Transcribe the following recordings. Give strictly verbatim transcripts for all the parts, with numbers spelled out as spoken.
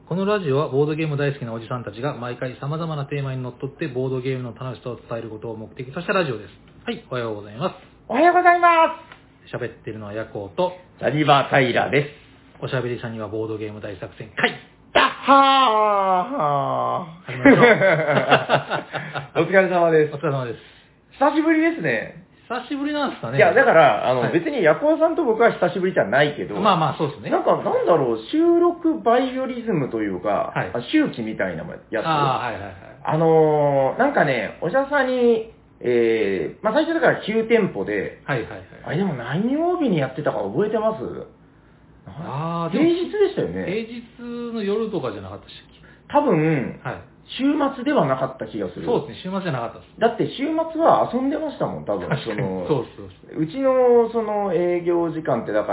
このラジオはボードゲーム大好きなおじさんたちが毎回様々なテーマにのっとってボードゲームの楽しさを伝えることを目的としたラジオです。はい、おはようございます。 おはようございま喋ってるのはヤコウと、 す。サニバタイラです。 おしゃべりさんにはボードゲーム大作戦会。 ダッハー始めましょう。 お疲れ様です。 お疲れ様です。 久しぶりですね。 久しぶりなんですかね。 いや、だから、あの、 はい別にヤコウさんと僕は久しぶりじゃないけど、 まあまあそうですね。 なんか、なんだろう、収録バイオリズムというか、 はいあ周期みたいなやつ。 ああ、はいはいはい。 あのー、なんかね、おしゃさんに、えー、まあ最初だからきゅう店舗で、 はいはいはい。 あれでも何曜日にやってたか覚えてます？ ああ、 平日でしたよね。 平日の夜とかじゃなかったっけ？ 多分、 はい。 週末ではなかった気がする。 そうですね、週末じゃなかったです。 だって週末は遊んでましたもん、多分。 確かにそのそうそうそう。 うちのその営業時間ってだから、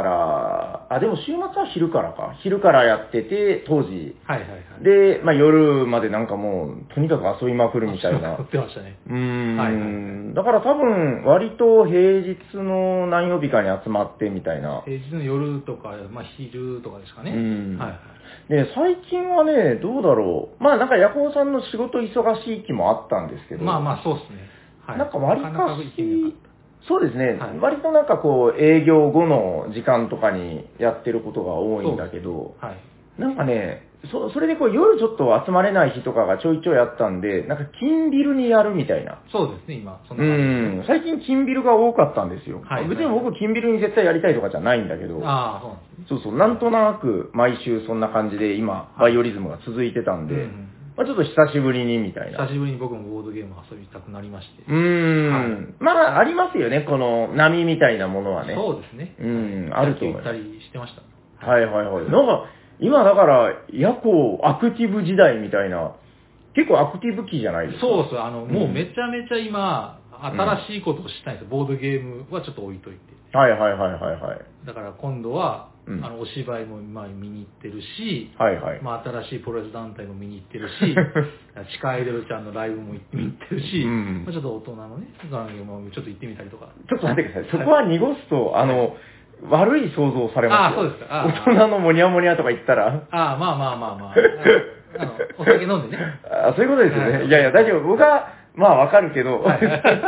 あ、でも週末は昼からか。昼からやってて、当時。 はいはいはい。 で、まあ夜までなんかもう、とにかく遊びまくるみたいな。 売ってましたね。 うーん、 はいはいはい。 だから多分、割と平日の何曜日かに集まってみたいな。 平日の夜とか、まあ昼とかですかね。 うんはいはい。 で、最近はね、どうだろう。まあなんかヤコウさんの仕事忙しい期もあったんですけど。 まあまあそうですね。はい。 なんか割かし、 なかなか行けなかっそうですね、 はい割となんかこう営業後の時間とかにやってることが多いんだけど、 たはい。 なんかね、そそれでこう夜ちょっと集まれない日とかがちょいちょいあったんで、なんか金ビルにやるみたいな。 そうですね、今、そんうな感じですね。 ん、最近金ビルが多かったんですよ。 はい別に僕金ビルに絶対やりたいとかじゃないんだけど、 ああ、そうなんですね。 そうそう、なんとなく毎週そんな感じで今、バイオリズムが続いてたんで、 うんまあ、ちょっと久しぶりにみたいな。 久しぶりに僕もボードゲーム遊びたくなりまして。 うーん、 はいまあ、ありますよね、この波みたいなものはね。 そうですね。 うん、あると思います。 行ったりしてました。 はいはいはい。なんか、今だから、ヤコウアクティブ時代みたいな、結構アクティブ期じゃないですか。 そうです。あの、 んもうめちゃめちゃ今、新しいことをしたいんですよ。ボードゲームはちょっと置いといて。 はいはいはいはいはい。 だから今度は、 うんあの、お芝居もまあ見に行ってるし、 はいはい。 まあ新しいプロレス団体も見に行ってるし、地下アイドルちゃんのライブも行って見に行ってるし、 うんまあちょっと大人のね、ガンゲームもちょっと行ってみたりとか。 ちょっと待ってください。そこは濁すと、あの、悪い想像されますよ。 あそうですかあ大人のモニャモニャとか言ったら。 ああ、まあまあまあまあ。あの、あのお酒飲んでね。 あそういうことですよね。 はいいやいや、大丈夫。僕は、まあわかるけど、 はい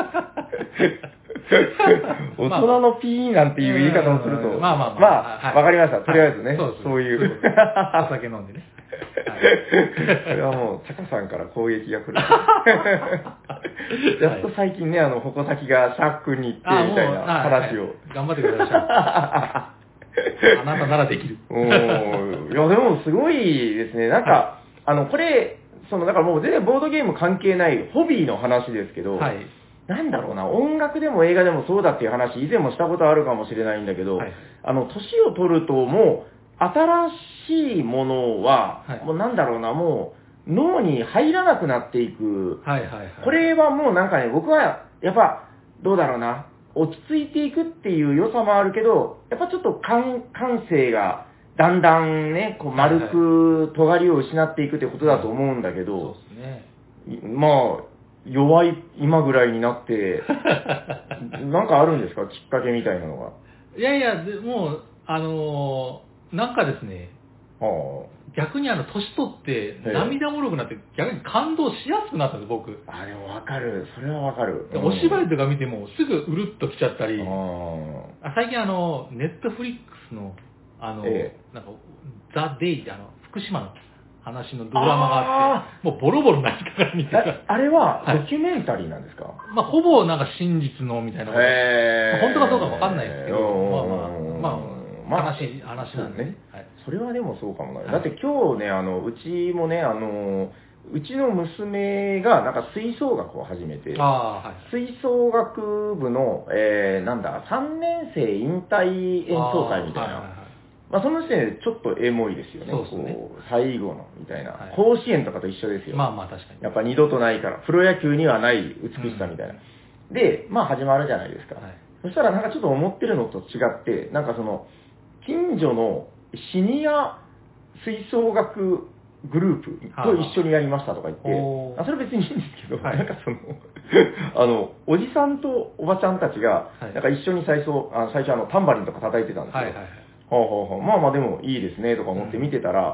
大人のピーなんていう言い方をすると、 まあまあまあまあ、 はいわかりました。とりあえずね、 はいそうですそういう。 そうですお酒飲んでね。 それはもう、チャカさんから攻撃が来る。やっと最近ね、あの、矛先がシャックに行って、みたいな話を。 はい頑張ってください。あなたならできる。 おーいや、でもすごいですね。なんか、 はあの、これ、その、だからもう全然ボードゲーム関係ないホビーの話ですけど、 はい。 なんだろうな、音楽でも映画でもそうだっていう話、以前もしたことあるかもしれないんだけど、 はいあの、年を取るともう、新しいものは、 はいもうなんだろうな、もう、脳に入らなくなっていく。 はいはいはい。 これはもうなんかね、僕は、やっぱ、どうだろうな、落ち着いていくっていう良さもあるけど、やっぱちょっと感、感性が、だんだんね、こう丸く尖りを失っていくってことだと思うんだけそうど、 ですね。 まあ、弱い今ぐらいになって、なんかあるんですか、きっかけみたいなのが。 いやいや、でもう、あのーなんかですね、 は逆にあの、年取ってええ涙もろくなって、逆に感動しやすくなったんです、僕。 あ。あ、でもわかる。それはわかる。 でお芝居でとか見ても、すぐうるっときちゃったり、 ああ最近あの、ネットフリックスの、あの、 えなんか、ザ・デイってあの、福島の話のドラマがあって、もうボロボロ泣きかかるみたいなあ。あれははいドキュメンタリーなんですか？ まあ、ほぼなんか真実のみたいなこと。 へー本当かどうかわかんないですけど、 うんまあまあ、まあ、 まあ話、話なんでね。はいそれはでもそうかもな。 はいだって今日ね、あの、うちもね、あの、うちの娘がなんか吹奏楽を始めて、 ああ、はい。 吹奏楽部の、えー、なんだ、さんねん生引退演奏会みたいな。 あーはいはいはいまあ、その時点でちょっとエモいですよね。 そうですねこう最後の、みたいな、 はい甲子園とかと一緒ですよ。 まあまあ確かに。 やっぱ二度とないから、プロ野球にはない美しさみたいな。で、まあ始まるじゃないですか。 はいそしたらなんかちょっと思ってるのと違って、なんかその、近所のシニア吹奏楽グループと一緒にやりましたとか言って、 おーあそれ別にいいんですけど、 はいなんかその、あの、おじさんとおばちゃんたちが、 はいなんか一緒に最初、あ最初あの、タンバリンとか叩いてたんですよ。 はいはいはい。 ほうほうほうまあまあでもいいですねとか思って見てたら、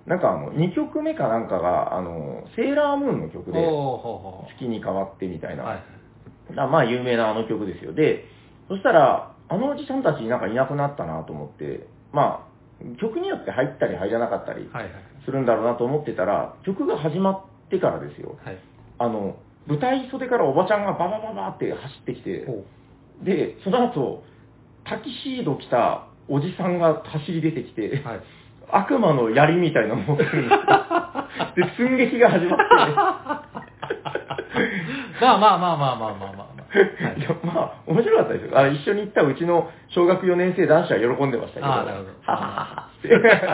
なんかあの、にきょくめかなんかが、あの、セーラームーンの曲で、月に変わってみたいな、はい、まあ有名なあの曲ですよ。で、そしたら、あのおじさんたちなんかいなくなったなと思って、まあ、曲によって入ったり入らなかったりするんだろうなと思ってたら、曲が始まってからですよ、はい、あの、舞台袖からおばちゃんがババババって走ってきて、で、その後、タキシード着たおじさんが走り出てきて、はい、悪魔の槍みたいなのを持ってるんですよ。で、寸劇が始まって、 まあまあまあまあまあまあまあ、まあ。 いや、まあ、面白かったですよ。あ一緒に行ったうちの小学よねん生男子は喜んでましたけど。 ああ、なるほど。 はははって。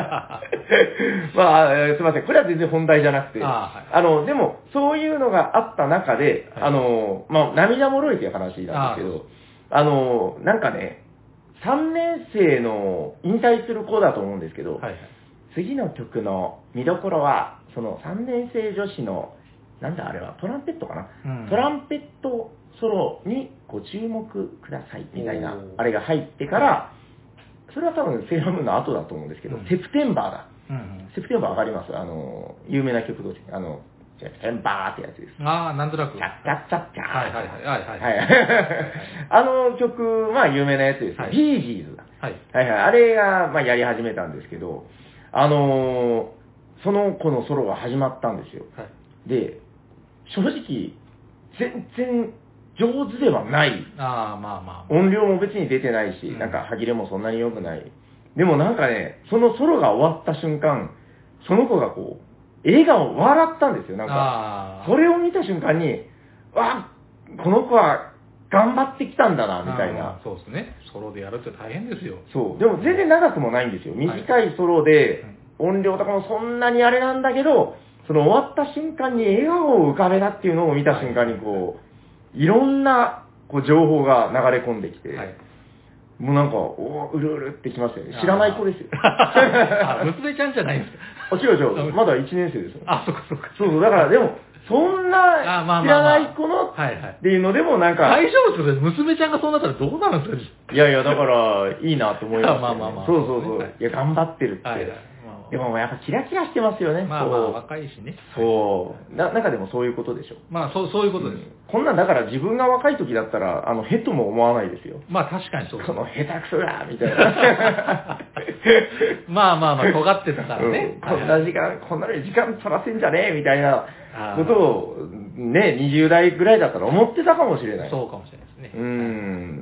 まあ、すいません。これは全然本題じゃなくて。あ、はい、あの、でも、そういうのがあった中で、はい、あの、まあ、涙もろいという話なんですけど、あ, あの、なんかね、さんねん生の引退する子だと思うんですけど、はいはい、次の曲の見どころは、そのさんねん生女子の、なんだあれは、トランペットかな、うん、トランペットソロにご注目くださいみたいな、あれが入ってから、それは多分セーラームーンの後だと思うんですけど、うん、セプテンバーだ。うんうん、セプテンバーわかります？あの、有名な曲同士。あの、セプテンバーってやつです。 ああ、なんとなく。 チャッチャッチャッチャー。 はいはいはいはい。はい、 あの曲、まあ有名なやつです。はい、ビージーズだ。はい。はいはい。あれが、まあやり始めたんですけど、あのー、その子のソロが始まったんですよ。はい、で、正直、全然上手ではない。 ああ、まあまあ。 音量も別に出てないし、うん、なんか歯切れもそんなに良くない。でもなんかね、そのソロが終わった瞬間、その子がこう、笑顔、笑ったんですよ。なんか、それを見た瞬間に、わ、この子は頑張ってきたんだな、みたいな。 そうですね。ソロでやるって大変ですよ。 そう。でも全然長くもないんですよ。短いソロで、音量とかもそんなにあれなんだけど、その終わった瞬間に笑顔を浮かべたっていうのを見た瞬間にこう、いろんなこう情報が流れ込んできて、はい、もうなんか、おうるうるってきましたよね。知らない子ですよ。 あ、娘ちゃんじゃないんですか。 あ、違う違う。まだいちねん生ですよ。 あ、そっかそっか。 そうそう。だからでも、そんな知らない子のっていうのでもなんか。 大丈夫ですか？娘ちゃんがそうなったらどうなるんですか？ いやいや、だからいいなと思います、ね。 まあまあまあ。 そうそうそう。いや、頑張ってるって。はいはい、でもやっぱキラキラしてますよね。 まあまあ若いしね。 そう。な、なんかでもそういうことでしょ。 まあそう、そういうことです、うん。 こんなんだから自分が若い時だったら、あの、へとも思わないですよ。 まあ確かにそうです。 この下手くそだみたいな。 まあまあまあ、尖ってたからね。 うん、こんな時間、こんなに時間取らせんじゃねえみたいなことを、ね、にじゅう代ぐらいだったら思ってたかもしれない。 そうかもしれないですね。 うん。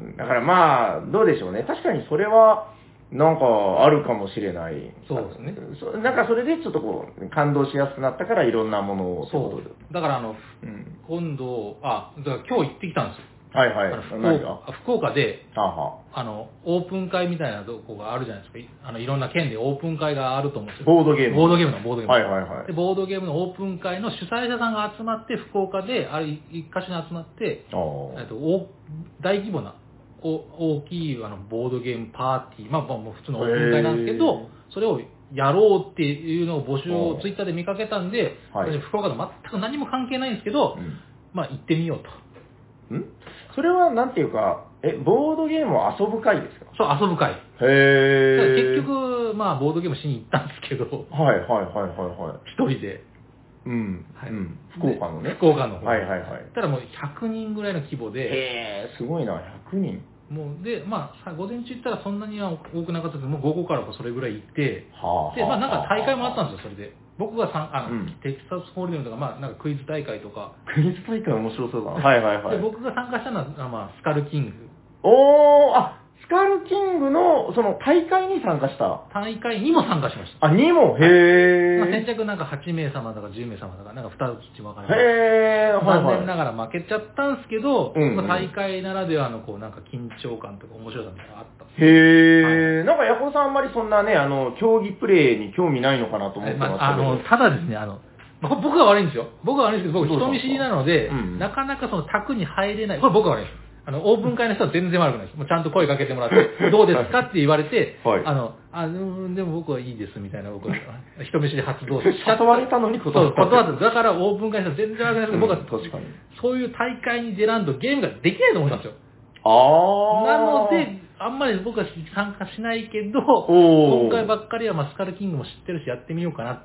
だからまあ、どうでしょうね。確かにそれは、なんかあるかもしれない。 そうですね。 なんかそれでちょっとこう、感動しやすくなったからいろんなものを。 そう。だからあの、うん、今度、あ、だから今日行ってきたんですよ。 はいはい。 福岡、福岡で、 ははあの、オープン会みたいなとこがあるじゃないですか。あの、いろんな県でオープン会があると思うんですよ。 ボードゲーム。 ボードゲームのボードゲーム。 はいはいはい。 で、ボードゲームのオープン会の主催者さんが集まって、福岡で、あれ、一箇所に集まって、えっと、大規模な、お大きいあのボードゲームパーティー、まあ、もう普通のオープン会なんですけど、それをやろうっていうのを募集をツイッターで見かけたんで、はい、福岡と全く何も関係ないんですけど、うん、まあ行ってみようと。 んそれはなんていうか、え、ボードゲームを遊ぶ会ですか？ そう、遊ぶ会。 へ結局、まあボードゲームしに行ったんですけど、 はいはいはいはいはい。 一人で。 うん。はい、うん。福岡のね。 福岡の方。 はいはいはい。 ただもうひゃくにんぐらいの規模で。 へー、すごいな、ひゃくにん。 もう、で、まあ、午前中行ったらそんなには多くなかったけど、もう午後からそれぐらい行って、はあ、で、まあなんか大会もあったんですよ、それで。僕がさんあの、うん、テキサスホールデムとか、まあなんかクイズ大会とか。 クイズ大会面白そうだな。はいはいはい。 で、僕が参加したのは、まあ、スカルキング。 おー、あ、スカルキングの、その大会に参加した。 大会にも参加しました。 あ、にもへー。 まあ、先着なんかはち名様とかじゅう名様とか、なんかふたつ分かれて。 へー、 残念ながら負けちゃったんですけど、うんうん、まあ、大会ならではのこう、なんか緊張感とか面白さみたいなのがあったんです。 へー、はい、なんかヤコさんあんまりそんなね、あの、競技プレイに興味ないのかなと思ってましたけど。 まあ、あの、ただですね、あの、僕が悪いんですよ。僕が悪いんですけど、僕人見知りなので、うん、なかなかその卓に入れない。これ僕が悪いんです。あの、オープン会の人は全然悪くないです。もうちゃんと声かけてもらって、どうですかって言われて、はい、あの、あの、でも僕はいいですみたいな、僕は人見知り発動しちゃわれたのに断った。 断った。だからオープン会の人は全然悪くないですけど、僕は、 確かに。 そういう大会に出らんとゲームができないと思ったんですよ。 あなので、あんまり僕は参加しないけど、今回ばっかりはまあスカルキングも知ってるしやってみようかなと思って。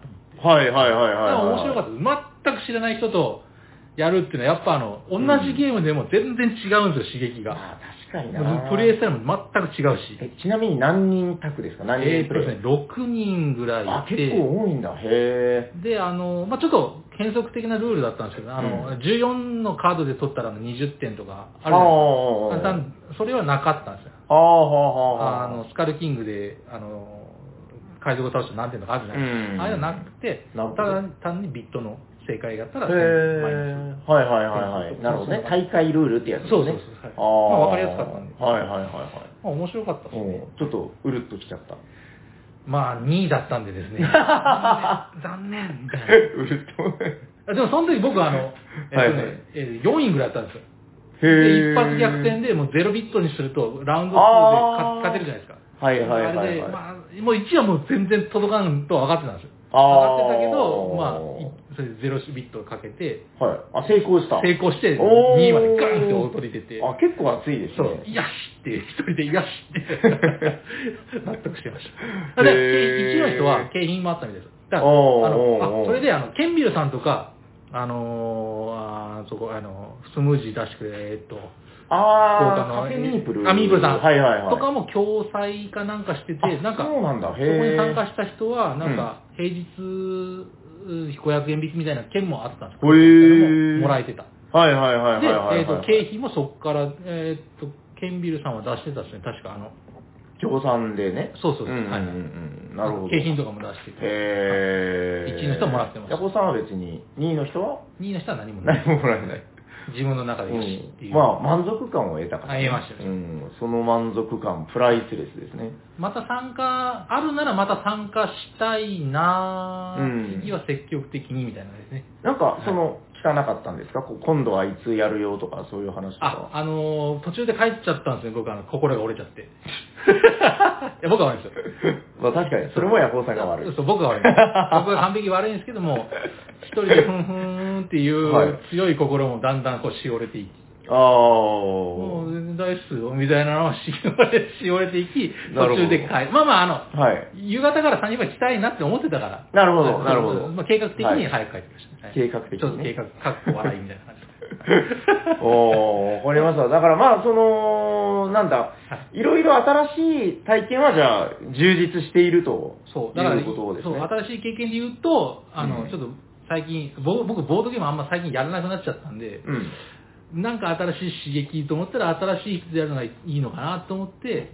はいはいはいはい、はい。 面白かった。全く知らない人とやるっていうのは、やっぱあの、同じゲームでも全然違うんですよ、刺激が。 ああ、確かにな。 プレイスタイルも全く違うし。 え、ちなみに何人宅ですか？何人プレイ？ えーっとですね、ろくにんぐらいいて。 あ、結構多いんだ。へで、あの、まあちょっと変則的なルールだったんですけど、あの、うん、じゅうよんのカードで取ったらにじゅってんとかあるじゃないですか。それはなかったんですよ。 ああ、 あの、スカルキングで、あの、海賊を倒した何点とかあるじゃないですか。あれはなくて、ただ単にビットの正解がやったらせんマイナス。 はいはいはいはい。なるほどね。大会ルールってやつですね。 そうそうそう。はい、まあわかりやすかったんで。 はいはいはいはい。 まあ面白かったですね。 ちょっとうるっときちゃった。 まあにいだったんでですね。残念みたいな。うるっと。でもその時僕はあの、えっとね、はいはい、よんいぐらいだったんですよ。で、一発逆転でもうゼロビットにするとラウンドツーで勝てるじゃないですか。はいはいはい、はい。あれで、まあ、もういちはもう全然届かんと分かってたんですよ。上がってたけど、まあ、それでゼロビットをかけて、 はい。あ、成功した。 成功して、にいまでガーンって踊り出て。 あ、結構熱いですね。 そう、よしって、一人でよしって納得してました。で、いちいの人は景品もあったみたいです。だから、あの、あ、それで、あの、ケンビルさんとか、あのー、あそこ、あの、スムージー出してくれ、えっと、 ああ、カフェミープル。 あ、ミープルさん。 はいはいはい。 とかも共催かなんかしてて、なんか、 そうなんだ。 そこに参加した人は、なんか、平日ごひゃくえん引きみたいな券もあったんですけど、もらえてた。 はいはいはいはい。 で、えっと、経費もそこから、えっと、ケンビルさんは出してたですね、確かあの、 協賛でね。 そうそうそう。 はいはい。なるほど。 景品とかも出してて。 へー。 いちいの人はもらってました。 ヤコさんは別に、にいの人は ? にいの人は何もない。 何ももらえない。 自分の中でよしっていう。 まあ、満足感を得たから、 ね。得ましたね。 うん。その満足感、プライスレスですね。 また参加、あるならまた参加したいなぁ。次は積極的にみたいなですね。 なんか、その、聞かなかったんですか？今度はいつやるよとか、そういう話とか。 あ、あのー、途中で帰っちゃったんですね、僕、あの、心が折れちゃって。いや、僕が悪いんですよ。 まあ確かに、それもヤコウさんが悪い。 そう、僕が悪いんです。僕が完璧悪いんですけども、一人でふんふーんっていう強い心もだんだんこうしおれていき。ああ。もう全然大好きよ、みたいなのはしおれ、しおれていき、途中で帰る。まあまあ、あの、はい、夕方からさんじまで来たいなって思ってたから。 なるほど、なるほど。 まあ計画的に早く帰ってきました。はい、 計画的に、ね。 ちょっと計画、かっこ笑いみたいな感じ。 おー、わかりました。だからまあ、その、なんだ、いろいろ新しい体験はじゃあ、充実していると。 そう、だから、 いうことですね。 そう、新しい経験で言うと、あの、うん、ちょっと最近、僕、ボードゲームあんま最近やらなくなっちゃったんで、うん、なんか新しい刺激と思ったら新しい人でやるのがいいのかなと思って、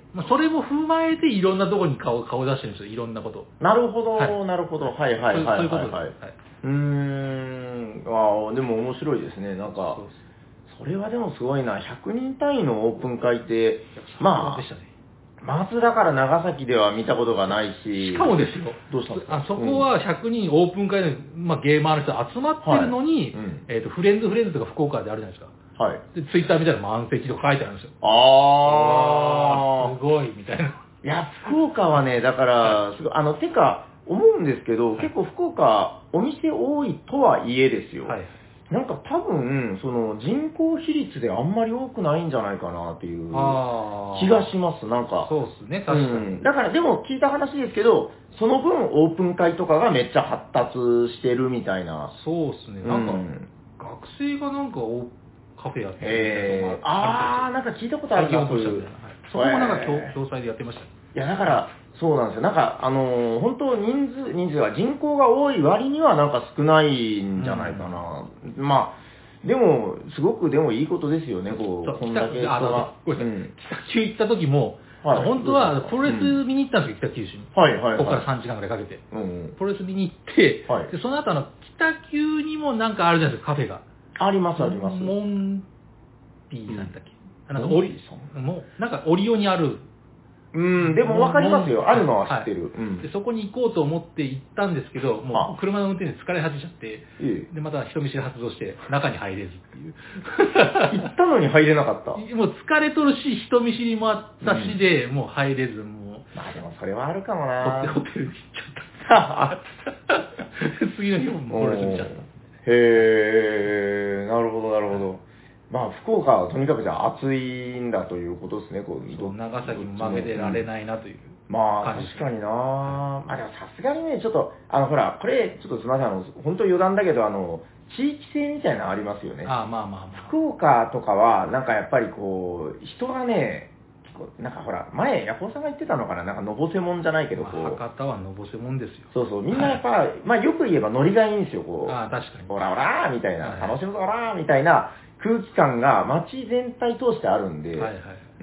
まあ、それも踏まえていろんなところに顔顔出してるんですよ、いろんなこと。 なるほど、はい、なるほど。はいはいはいはい、はい。そういうことです。はい、うーん、ああ、でも面白いですね。なんか、そうそれはでもすごいな。ひゃくにん単位のオープン会って、まあ、まずだから長崎では見たことがないし。 しかもですよ。 どうしたんですか？ あそこはひゃくにんオープン会で、まあ、ゲーマーの人集まってるのに、はいうん、えっ、ー、と、フレンズフレンズとか福岡であるじゃないですか。はい。で、ツイッター見たら満席とか書いてあるんですよ。ああ。すごい、みたいな。 いや、福岡はね、だから、すごい、あの、てか、思うんですけど、はい、結構福岡、お店多いとはいえですよ。はい。なんか多分、その人口比率であんまり多くないんじゃないかなっていう気がします、なんか。 そうですね、確かに、うん。 だからでも聞いた話ですけど、その分オープン会とかがめっちゃ発達してるみたいな。 そうですね、なんか、うん、学生がなんかカフェやってるみたいなのがああ、なんか聞いたことあるな、そういう。 そこもなんか共催でやってました。いや、だから、そうなんですよ。なんか、あのー、本当人数、人数は人口が多い割にはなんか少ないんじゃないかな。うん、まあ、でも、すごくでもいいことですよね、こう、こんだけ人が。 ごめんなさい。北九行った時も、はい、本当はプロレス見に行ったんですよ、北九州に。はいはいはい。ここからさんじかんぐらいかけて。うん、プロレス見に行って、はい、でその後あの、北九にもなんかあるじゃないですか、カフェが。 ありますあります。 モンピーさんだっけ、うん、なんかオリ、もう、なんかオリオにある、 うん、でも分かりますよ。あるのは知ってる、はいうん、で。そこに行こうと思って行ったんですけど、もう車の運転で疲れ果てちゃって、で、また人見知り発動して、中に入れずっていう。 行ったのに入れなかった。 もう疲れとるし、人見知りもあったしで、うん、もう入れず、もう。 まあでもそれはあるかもなホテルに行っちゃった。次の日ももうこれちゃった。 へー、なるほどなるほど。 まあ、福岡はとにかくじゃあ暑いんだということですね、こう。 そう長崎も負けてられないなという。 まあ、確かにな、はい、まあでもさすがにね、ちょっと、あの、ほら、これ、ちょっとすみません、あの、本当余談だけど、あの、地域性みたいなのありますよね。 ああ、まあまあまあ。 福岡とかは、なんかやっぱりこう、人がね、結構、なんかほら、前、ヤコウさんが言ってたのかな、なんかのぼせもんじゃないけど、こう。 まあ、博多はのぼせもんですよ。 そうそう、みんなやっぱ、はい、まあよく言えばノリがいいんですよ、こう。 ああ、確かに。 オラオラーみたいな、 はい、 楽しむぞオラーみたいな空気感が街全体通してあるんで、 はいはい。 うん、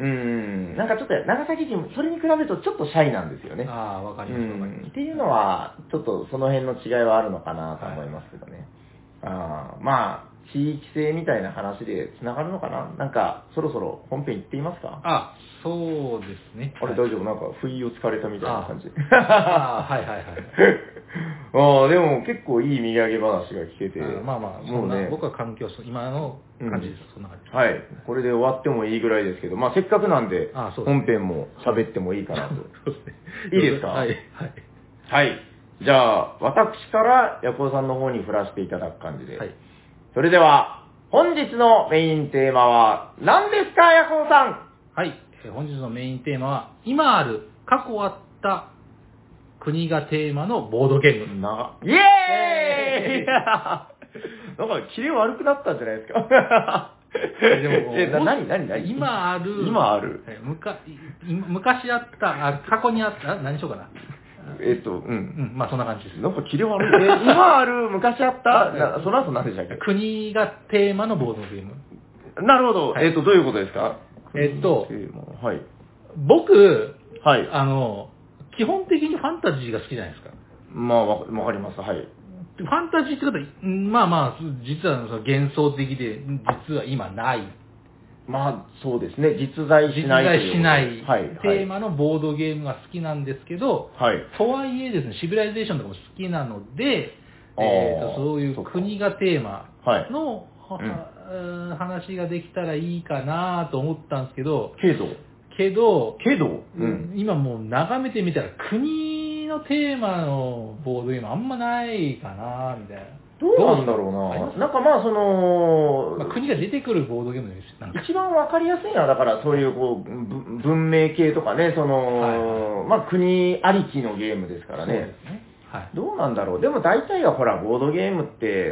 なんかちょっと長崎人、それに比べるとちょっとシャイなんですよね。 ああ、わかります、わかります。 っていうのは、ちょっとその辺の違いはあるのかなと思いますけどね。はい、あまあ、地域性みたいな話で繋がるのかな、なんか、そろそろ本編行ってみますか？ あ、そうですね。 あれ大丈夫、なんか、不意をつかれたみたいな感じ。 ああ、はいはいはい。 ああ、でも結構いい土産話が聞けて。 まあまあ、もうね、僕は環境、今の感じです、うん、そんな感じ。 はい。これで終わってもいいぐらいですけど、まあせっかくなんで、 ああそうですね、 本編も喋ってもいいかなと。 そうですね。 いいですか？ はい。はい。 はい。じゃあ、私からヤコウさんの方に振らせていただく感じで。はい。それでは、本日のメインテーマは何ですか、ヤコウさん？ はい。本日のメインテーマは、今ある、過去あった国がテーマのボードゲーム。 な、イエーイなんか、キレ悪くなったんじゃないですかでも、え、な、なになになに今ある、 今ある。 むか昔あった、あ過去にあった、何しようかな。 えっと、うん。 うん、まあそんな感じです。 なんかキレ悪い。え、今ある、昔あったな、その後何でしたっけ？ 国がテーマのボードゲーム。 なるほど。 はい、 えっと、どういうことですか？ えっと、 はい。 僕、 はい。 あの、基本的にファンタジーが好きじゃないですか。 まあ、わかります。はい。 ファンタジーってことは、まあまあ、実はその幻想的で、実は今ない。 まあ、そうですね。実在しない。 実在しない。 はい。 テーマのボードゲームが好きなんですけど、 はい。 とはいえですね、シビライゼーションとかも好きなので、えーと、そういう国がテーマの、はいうん、話ができたらいいかなと思ったんですけど、 けど、 けど、 けど、 うん、今もう眺めてみたら国のテーマのボードゲームあんまないかなみたいな。 どうなんだろうな。なんかまあその、 まあ、国が出てくるボードゲームです。なんか一番わかりやすいのはだからそういうこう文明系とかね、その、はいはい、まあ国ありきのゲームですからね。そうですね。はい、どうなんだろう。でも大体はほら、ボードゲームって、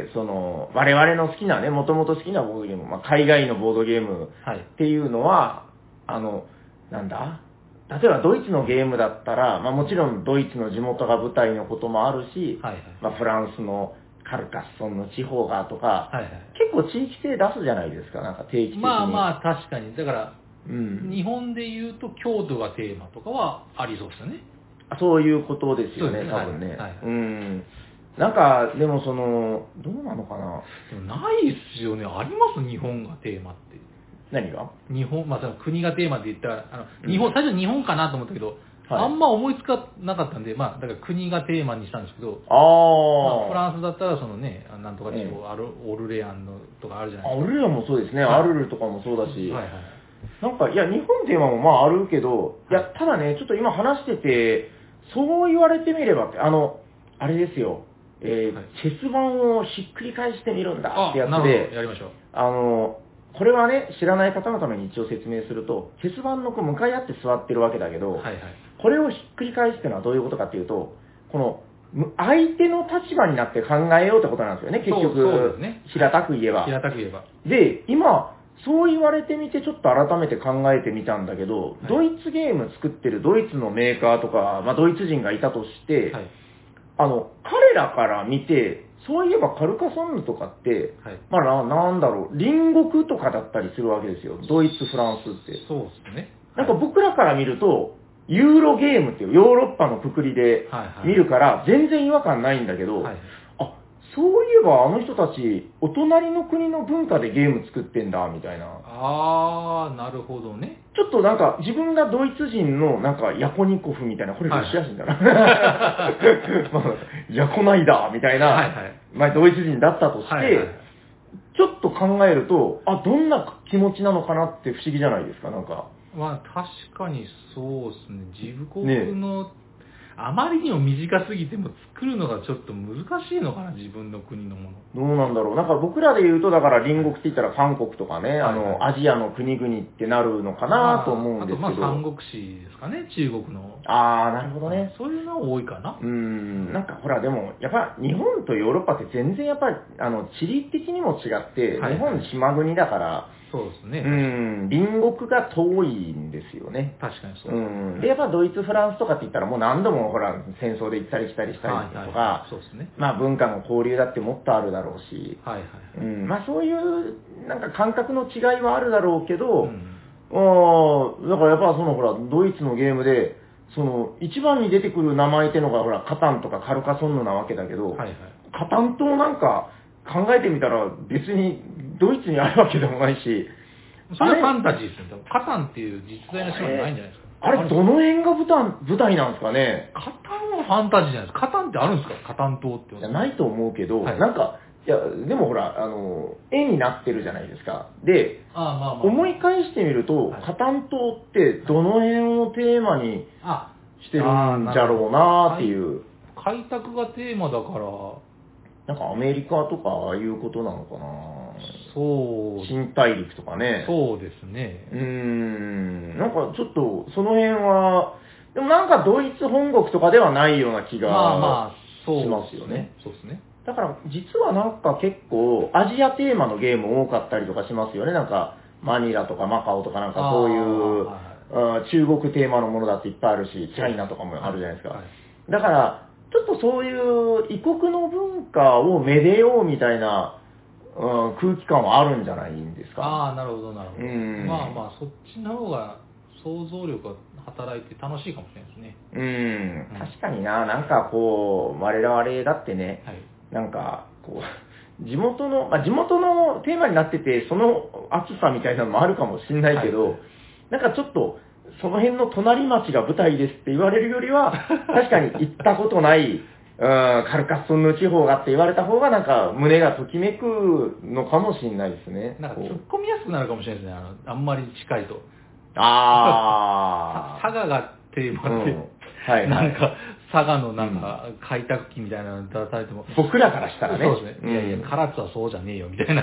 その、我々の好きなね、もともと好きなボードゲーム、まあ海外のボードゲームっていうのは、はい、あの、なんだ例えばドイツのゲームだったら、まあもちろんドイツの地元が舞台のこともあるし、はいはい、まあフランスのカルカッソンの地方がとか、はいはい、結構地域性出すじゃないですか、なんか定期的に。 まあまあ確かに。だから、 うん、 日本で言うと京都がテーマとかはありそうですよね。 そういうことですよね、 ね多分ね、はいはい。 うん。なんか、でもその、どうなのかな。 でもないっすよね。あります日本がテーマって。 何が日本、まあその国がテーマで言ったら、あの、日本、うん、最初日本かなと思ったけど、はい、あんま思いつかなかったんで、まあ、だから国がテーマにしたんですけど、 ああ、 まあ、フランスだったら、そのね、なんとか地方、うん、アルオルレアンのとかあるじゃないですか。 オルレアンもそうですね、 はい、 アルルとかもそうだし、 はいはい、 なんか、いや、日本テーマもまああるけど、いや、ただね、ちょっと今話してて、そう言われてみればって、あの、あれですよ、えーはい、チェス盤をひっくり返してみるんだってやつで、 やりましょう。 あの、これはね、知らない方のために一応説明すると、チェス盤のこう向かい合って座ってるわけだけど、はいはい、これをひっくり返すっていうのはどういうことかっていうと、この、相手の立場になって考えようってことなんですよね、結局。 そうそうですね。 平たく言えば。 平たく言えば。 で、今、そう言われてみてちょっと改めて考えてみたんだけど、はい、ドイツゲーム作ってるドイツのメーカーとか、まあドイツ人がいたとして、はい、あの、彼らから見て、そういえばカルカソンヌとかって、はい、まあな、なんだろう、隣国とかだったりするわけですよ。ドイツ、フランスって。 そうですね。 なんか僕らから見ると、ユーロゲームっていうヨーロッパのくくりで見るから、全然違和感ないんだけど、はいはい、あ、そういえばあの人たち、お隣の国の文化でゲーム作ってんだ、みたいな。 あー、なるほどね。 ちょっとなんか、自分がドイツ人のなんか、ヤコニコフみたいな、これロシア人だな。はい、まあ、ヤコナイダーみたいな、はいはい、まあ、ドイツ人だったとして、はいはい、ちょっと考えると、あ、どんな気持ちなのかなって不思議じゃないですか、なんか。 まあ、確かにそうですね。自国の、ね、 あまりにも短すぎても作るのがちょっと難しいのかな、自分の国のもの。 どうなんだろう。なんか僕らで言うと、だから隣国って言ったら韓国とかね、あの、アジアの国々ってなるのかなと思うんですけど。 まあ、あとまあ三国志ですかね、中国の。 ああ、なるほどね。 そういうのは多いかな。 うーん、なんかほらでも、やっぱ日本とヨーロッパって全然やっぱり、あの、地理的にも違って、 はいはい、 日本島国だから、 そうですね。 うん、隣国が遠いんですよね。 確かにそうです、ね。うん。で、やっぱドイツ、フランスとかって言ったらもう何度もほら、戦争で行ったり来たりしたりとか、はいはい、 そうですね。まあ文化の交流だってもっとあるだろうし、 はいはいはい、 うん、まあそういうなんか感覚の違いはあるだろうけど、うん、あだからやっぱそのほら、ドイツのゲームで、その一番に出てくる名前ってのがほら、カタンとかカルカソンヌなわけだけど、はいはい、カタン島なんか考えてみたら別にドイツにあるわけでもないし、 それはファンタジーですよ。カタンっていう実在の島じゃないんじゃないですか。 あれ、どの辺が舞台舞台なんですかね。 カタンはファンタジーじゃないですか。カタンってあるんですか、カタン島って。 いや、ないと思うけど、はい、なんか、いや、でもほら、あの、絵になってるじゃないですか。で、ああまあまあ、思い返してみると、はい、カタン島ってどの辺をテーマにしてるんじゃろうなっていう。 開拓がテーマだから、 なんかアメリカとかああいうことなのかな。 そう。 新大陸とかね。 そうですね。 うーん。なんかちょっと、その辺は、でもなんかドイツ本国とかではないような気がしますよね。 そうですね。 だから実はなんか結構アジアテーマのゲーム多かったりとかしますよね。なんかマニラとかマカオとかなんかそういう、はい、中国テーマのものだっていっぱいあるし、チャイナとかもあるじゃないですか。はいはい、だから、ちょっとそういう異国の文化をめでようみたいな、うん、空気感はあるんじゃないんですか。 ああ、なるほど、なるほど。まあまあ、そっちの方が想像力が働いて楽しいかもしれないですね。 うん、うん、確かにな、なんかこう、我々だってね、はい、なんか、こう、地元の、まあ、地元のテーマになってて、その熱さみたいなのもあるかもしれないけど、はい、なんかちょっと、その辺の隣町が舞台ですって言われるよりは、確かに行ったことない、うん、カルカッソンヌ地方がって言われた方が、なんか胸がときめくのかもしれないですね。 なんか突っ込みやすくなるかもしれないですね、あの、あんまり近いと。 ああ。佐賀がテーマって、うん、はい、なんか、佐賀のなんか、開拓期みたいなの出されても。 僕らからしたらね。 そうですね。うん、いやいや、唐津はそうじゃねえよ、みたいな。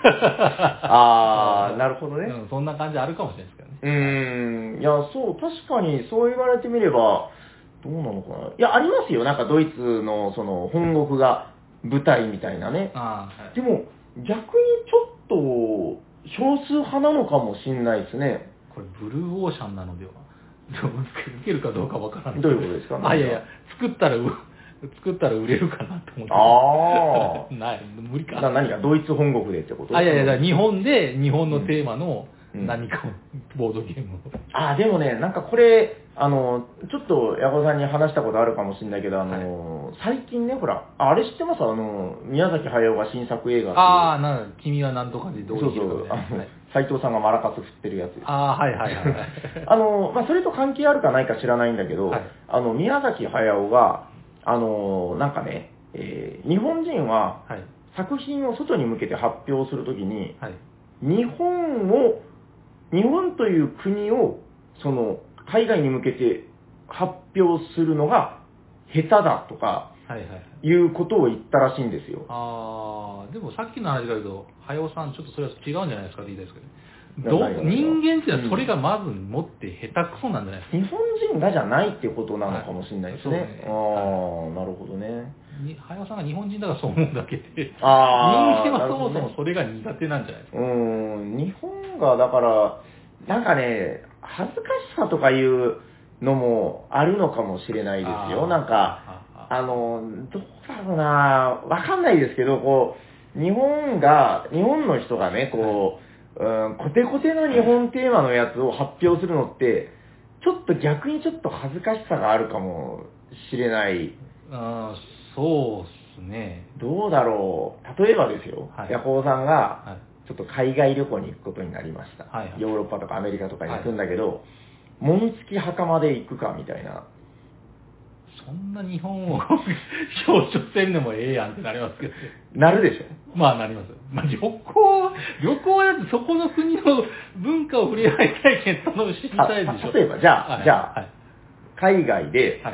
ああ、なるほどね、 うん。そんな感じあるかもしれないですけどね。 うーん。いや、そう、確かにそう言われてみれば、どうなのかな。いや、ありますよ。なんかドイツの、その、本国が舞台みたいなね。あはい、でも、逆にちょっと、少数派なのかもしれないですね。 これ、ブルーオーシャンなのでは。受けるかどうかわからない。 どういうことですかね。 あ、いやいや、作ったら、作ったら売れるかなと思って。 ああ。ない、無理か。 な何か、ドイツ本国でってこと？ あ、いやいや、日本で、日本のテーマの何か、うん、ボードゲームを。 あ、でもね、なんかこれ、あの、ちょっと、矢後さんに話したことあるかもしれないけど、あの、はい、最近ね、ほら、あれ知ってます？あの、宮崎駿が新作映画っていう。 ああ、なん君は何とかでどういうそうそう、あの、斎、はい、藤さんがマラカス振ってるやつ。 ああ、はいはいはい、はい。 あの、まあ、それと関係あるかないか知らないんだけど、はい、あの、宮崎駿が、あの、なんかね、えー、日本人は、作品を外に向けて発表するときに、はい、日本を、日本という国を、その、海外に向けて発表するのが下手だとか、はいはいはい、いうことを言ったらしいんですよ。 ああ、でもさっきの話だけど、早尾さん、ちょっとそれは違うんじゃないですかって言いたいですけど、ど人間っていうのはそれがまず持って下手くそなんじゃないですか。 日本人がじゃないってことなのかもしれないですね。はい、ねああ、はい、なるほどね。 早尾さんが日本人だからそう思うだけで、あ人間はそもそもそれが苦手なんじゃないですか。 うーん、日本がだから、なんかね、恥ずかしさとかいうのもあるのかもしれないですよ。なんか、あの、どうだろうな、わかんないですけど、こう、日本が、日本の人がね、こう、うん、コテコテの日本テーマのやつを発表するのって、ちょっと逆にちょっと恥ずかしさがあるかもしれない。 あそうですね。 どうだろう。例えばですよ、ヤコウさんが、ちょっと海外旅行に行くことになりました。はいはい、ヨーロッパとかアメリカとかに行くんだけど、はい、紋付き袴で行くかみたいな。 そんな日本を表彰せんでもええやんってなりますけど。 なるでしょ？ まあなります。まあ旅行、旅行はだってそこの国の文化を触れ合いたいけん楽しみたいでしょ。 例えば、じゃあ、はい、じゃあ、はい、海外で、はい、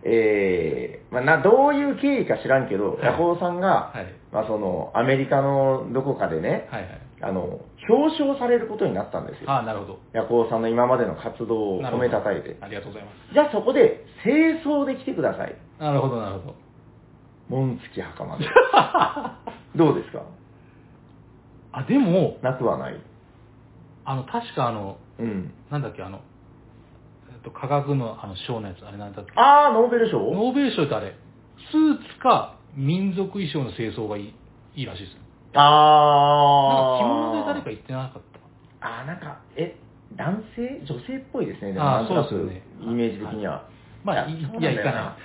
えー、まあ、な、どういう経緯か知らんけど、ヤコウさんが、 はい、 まあ、その、アメリカのどこかでね、 はいはい。 あの、表彰されることになったんですよ。 ああ、なるほど。 ヤコウさんの今までの活動を褒めたたえて。 ありがとうございます。 じゃあそこで、清掃で来てください。 なるほど、なるほど。 紋付き袴で。どうですか？ あ、でも、 なくはない。 あの、確かあの、 うん。 なんだっけ、あの、えっと、科学のあの賞のやつ、あれなんだっけ。 あー、ノーベル賞？ ノーベル賞ってあれ、スーツか民族衣装の清掃がいいいいらしいですよ。なんか着物であー。 誰か言ってなかったあー、なんか、え、男性女性っぽいですね。でもあーなんとなくそうですよねイメージ的には。 まあ、いいや、行かない。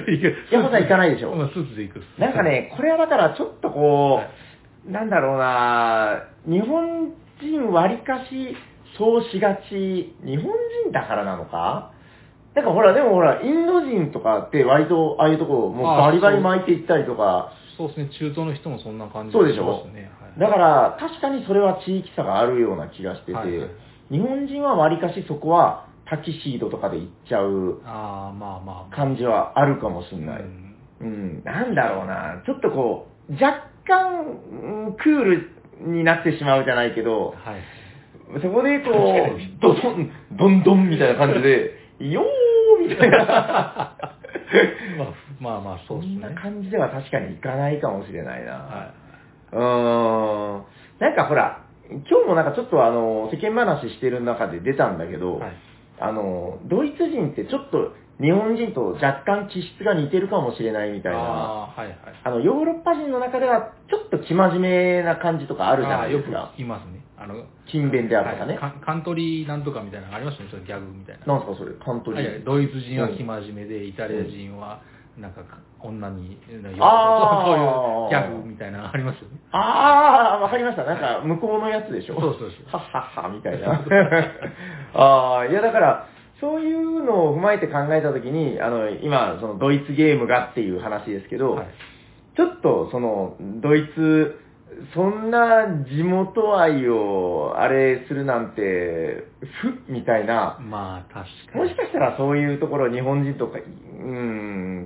いや、ほんと行かないでしょ。 まあ、スーツで行くっす。 なんかね、これはだからちょっとこう、 はいなんだろうな、日本人割かしそうしがち、日本人だからなのかなんかほら、でもほら、インド人とかって割とああいうとこもうバリバリ巻いていったりとか、 そうですね、中東の人もそんな感じそうでしょ、 ますね。はい、 だから確かにそれは地域差があるような気がしてて、 はいはい、 日本人は割かしそこはタキシードとかで行っちゃうあーまあまあ、 感じはあるかもしれない。 うんうん、なんだろうな、ちょっとこう、若干、うんクールになってしまうじゃないけど、 はい、 そこでこう、ドドン、ドンドンみたいな感じで、よーみたいな。 まあ、まあまあ、そうですね。 そんな感じでは確かにいかないかもしれないな。 はうーん。なんかほら、今日もなんかちょっとあの、世間話してる中で出たんだけど、 はいあの、ドイツ人ってちょっと日本人と若干気質が似てるかもしれないみたいな。 あーはいはい。 あの、ヨーロッパ人の中ではちょっと生真面目な感じとかあるじゃないですか。 あーよく聞きますね。あの、 勤勉であるとかね。 はいカカントリーなんとかみたいなのありましたね、それギャグみたいな。 なんすかそれ、カントリー。 はいはいドイツ人は生真面目で、イタリア人は、なんか、女に、 あーそういうギャグみたいなのありますよね。 ああ、わかりました。なんか、向こうのやつでしょ。 そうそうそうはっはっは、みたいな。ああ、いやだから、そういうのを踏まえて考えたときに、あの、今、そのドイツゲームがっていう話ですけど、 はいちょっと、その、ドイツ、そんな地元愛をあれするなんて、ふみたいな、 まあ、確かに。 もしかしたらそういうところ日本人とか、うん、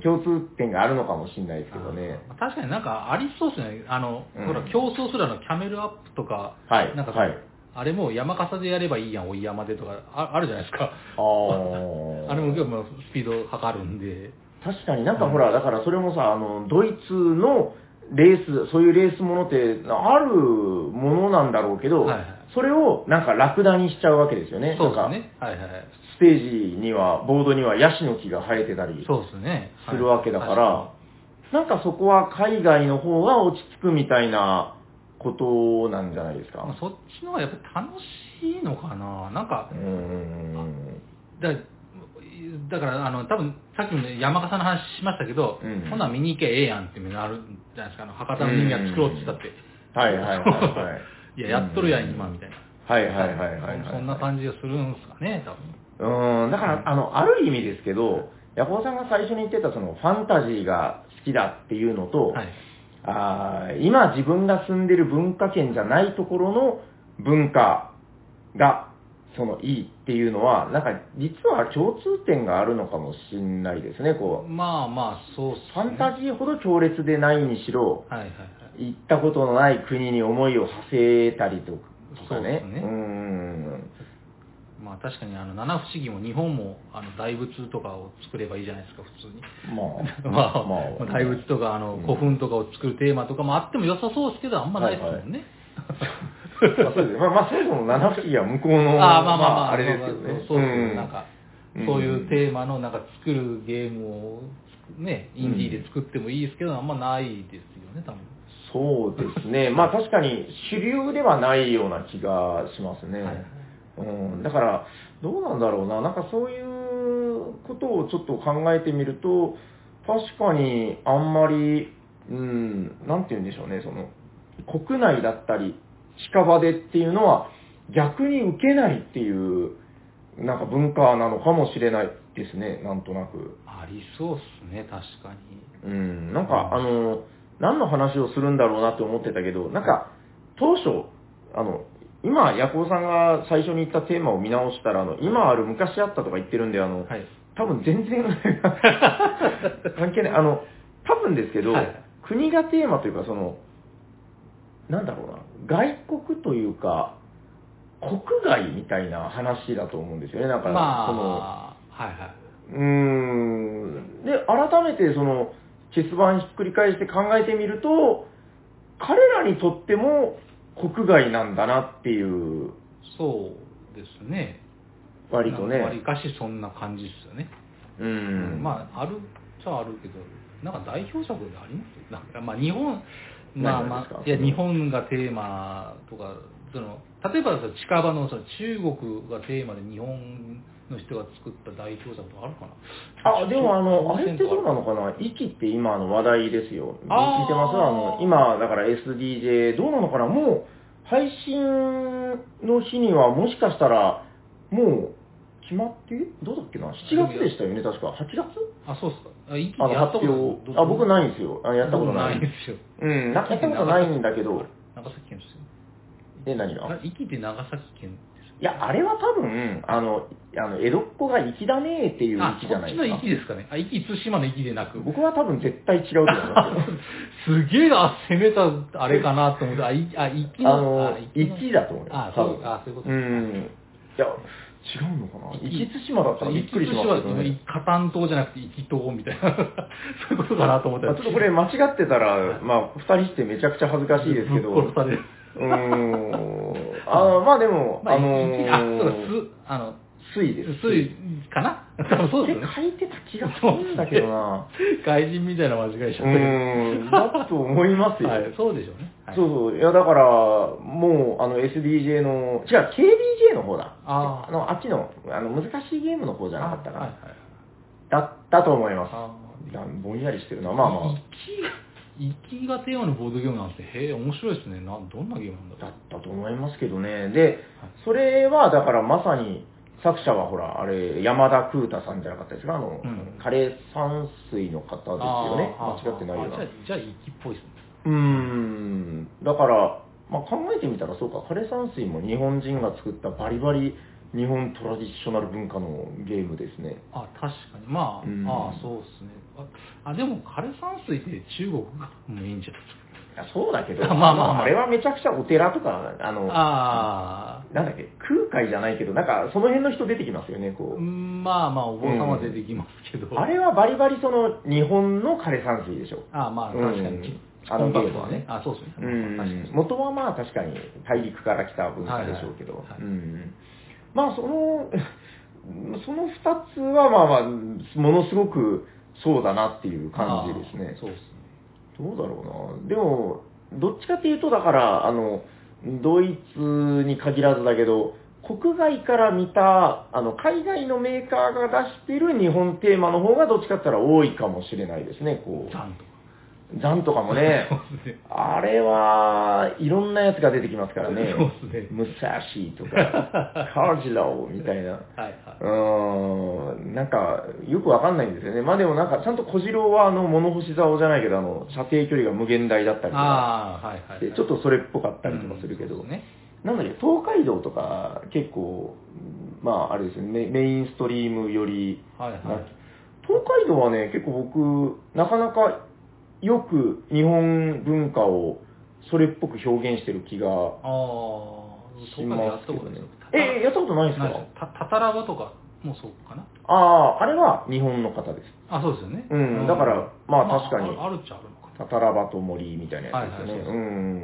共通点があるのかもしれないですけどね。 あー確かになんかありそうですね。あの、 うんほら、競争するあの、キャメルアップとか、 はいなんか、 はいあれも山笠でやればいいやん、追い山でとか、ああるじゃないですか。 あーあれも結構スピード測るんで。 確かになんかほら、だからそれもさ、あの、ドイツのレース、そういうレースものってあるものなんだろうけど、 はいはいそれをなんかラクダにしちゃうわけですよね。 そうですなんかね。はいはい。 ステージには、ボードにはヤシの木が生えてたりそうですね。 するわけだから、 はなんかそこは海外の方が落ち着くみたいなことなんじゃないですか。 いまあそっちの方がやっぱ楽しいのかな。なんかうー、ん。 だだから、あの、多分さっきもね山笠の話しましたけど、 うんほんなら見に行けええやんっていうのあるんじゃないですか。あの博多の人間作ろうって言ったって。 はいはいはいはいいや、やっとるやん、今、みたいな。 はいはいはいはいはい。 そそんな感じがするんですかね、多分。 うーん、だから、あの、ある意味ですけど、ヤコウさんが最初に言ってたそのファンタジーが好きだっていうのと、 はい。 あー今自分が住んでる文化圏じゃないところの文化が、そのいいっていうのは、なんか実は共通点があるのかもしれないですね、こう。 まあまあ、そうっすね。 ファンタジーほど強烈でないにしろ、 はいはいはい。 行ったことのない国に思いを馳せたりとかね。 そうですねうーん。 まあ確かにあの七不思議も日本もあの大仏とかを作ればいいじゃないですか、普通に。 まあ、 まあ、 まあ大仏とかあのうん古墳とかを作るテーマとかもあっても良さそうですけど、あんまないですもんね。 まあそうですまあ、まあ、そもそも七不思議は向こうの、 ああ、まあまあまあ、 あれですけどね。 そうそうそう、 んなんか、 うんそういうテーマのなんか作るゲームをね、インディーで作ってもいいですけど、あんまないですよね、多分。 そうですね。まあ確かに主流ではないような気がしますね。 はいうん、だから、どうなんだろうな。なんかそういうことをちょっと考えてみると、確かにあんまり、うん、なんて言うんでしょうね、その、国内だったり、近場でっていうのは逆に受けないっていう、なんか文化なのかもしれないですね、なんとなく。 ありそうっすね、確かに。 うん、なんか、あの、何の話をするんだろうなって思ってたけど、なんか、当初、あの、今、ヤコウさんが最初に言ったテーマを見直したら、あの、今ある昔あったとか言ってるんで、あの、 はい。 多分全然関係ない。あの、多分ですけど、はい、国がテーマというか、その、なんだろうな、外国というか、国外みたいな話だと思うんですよね。なんか、 まあ、 その、 はいはい。 うーん。で、改めてその、チェス盤ひっくり返して考えてみると、彼らにとっても国外なんだなっていう。 そうですね。 割とね。 割かしそんな感じですよね。 うん。 うん、まあ、あるっちゃあるけど、なんか代表作でありますなんかまあ、日本、まあまあ、いや、日本がテーマとか、その、例えば近場のその中国がテーマで日本の人が作った代表作とかあるかな。 あ、でもあの、あれってどうなのかな、イキって今の話題ですよ。聞いてます？あの、今、だから エスディージェー、どうなのかな、もう、配信の日にはもしかしたら、もう、決まってどうだっけな、しちがつでしたよね、確か。はちがつ？ あ、そうっすか。あ、イキあの、発表。あ、僕ないんですよ。あ、やったことない。 ないんですよ。 うん、やったことないんだけど。 長崎県ですよ。 え、何が？ イキって長崎県。 いや、あれは多分、あの、あの江戸っ子が粋だねーっていう粋じゃないですか。 あ、そっちの粋ですかね。あ、粋対馬の粋でなく。 僕は多分絶対違うと思いますけど。すげえな、攻めたあれかなと思って、あ、い、あ、粋の。あの、粋だと思います。 あ、そう、あ、そういうこと。 うん。いや、違うのかな。壱岐対馬だったらびっくりしますけどね。 加担島じゃなくて壱岐島みたいな。そういうことかなと思ったら。 ちょっとこれ間違ってたら、まあ、二人してめちゃくちゃ恥ずかしいですけど。 殺される。 うーん。あまあでも、 まあ、 あのー、 あ、そうだ、す、あの、 水です。 水かな多分そうですね。 書いてた気がするんだけどな。 外人みたいな間違いしちゃったけど。 うーん、だと思いますよ。 はい、そうでしょうね。はい、 そうそう。いや、だから、もう、あの、エスディージェー の、違う、ケービージェー の方だ。ああの、あっちの、あの、難しいゲームの方じゃなかったかな。はいはい、だったと思います。いや、ぼんやりしてるな。まあまあ。 イキがテーマのボードゲームなんて、へえ、面白いですね。な、どんなゲームなんだろう。 だったと思いますけどね。で、それは、だからまさに、作者はほら、あれ、山田空太さんじゃなかったですか、あの、うん、カレー山水の方ですよね。間違ってないような。 じゃあ、じゃあ、イキっぽいですね。 うーん。だから、まあ、考えてみたらそうか、枯山水も日本人が作ったバリバリ日本トラディショナル文化のゲームですね。 あ、確かに。まあ、うん、ああ、そうですね。あ、でも枯山水って中国がメインじゃないですか。 いや、そうだけど、 まあまあまあ、 あれはめちゃくちゃお寺とか、あの、 あなんだっけ、空海じゃないけど、なんかその辺の人出てきますよね、こう。 まあまあ、お坊さんは出てきますけど。 うん、あれはバリバリその日本の枯山水でしょ。 ああ、まあ、確かに。うん、 あのゲームはね。 あ、そうですね。 うん。元はまあ確かに大陸から来た文化でしょうけど。はいはいはい、うん。まあその、その二つはまあまあ、ものすごくそうだなっていう感じですね。 そうですね。 どうだろうな。でも、どっちかっていうと、だから、あの、ドイツに限らずだけど、国外から見た、あの、海外のメーカーが出している日本テーマの方がどっちかって言ったら多いかもしれないですね、こう。 ザンとか。 ザンとかもね、あれは、いろんなやつが出てきますからね。 そうですね。 ムサシとか、カージローみたいな。 はいはい。 うーん、なんか、よくわかんないんですよね。まあでもなんか、ちゃんと小次郎は、あの、物干し竿じゃないけど、あの、射程距離が無限大だったりとか、 ああ、はいはい、はい。 ちょっとそれっぽかったりとかするけど、うん、ね、なんだっけ、東海道とか、結構、まあ、あれですよね、メインストリームより、 はいはい、 東海道はね、結構僕、なかなかよく日本文化をそれっぽく表現してる気がしますけどね。えー、やったことないですか？ たたたらばとかもそうかな。 ああ、あれは日本の方です。 あ、そうですよね。 うん、だから、まあ確かに、 まあ、あるっちゃあるのか。 たたらばと森みたいなやつですよね。 はいはい、そうそう。 うん、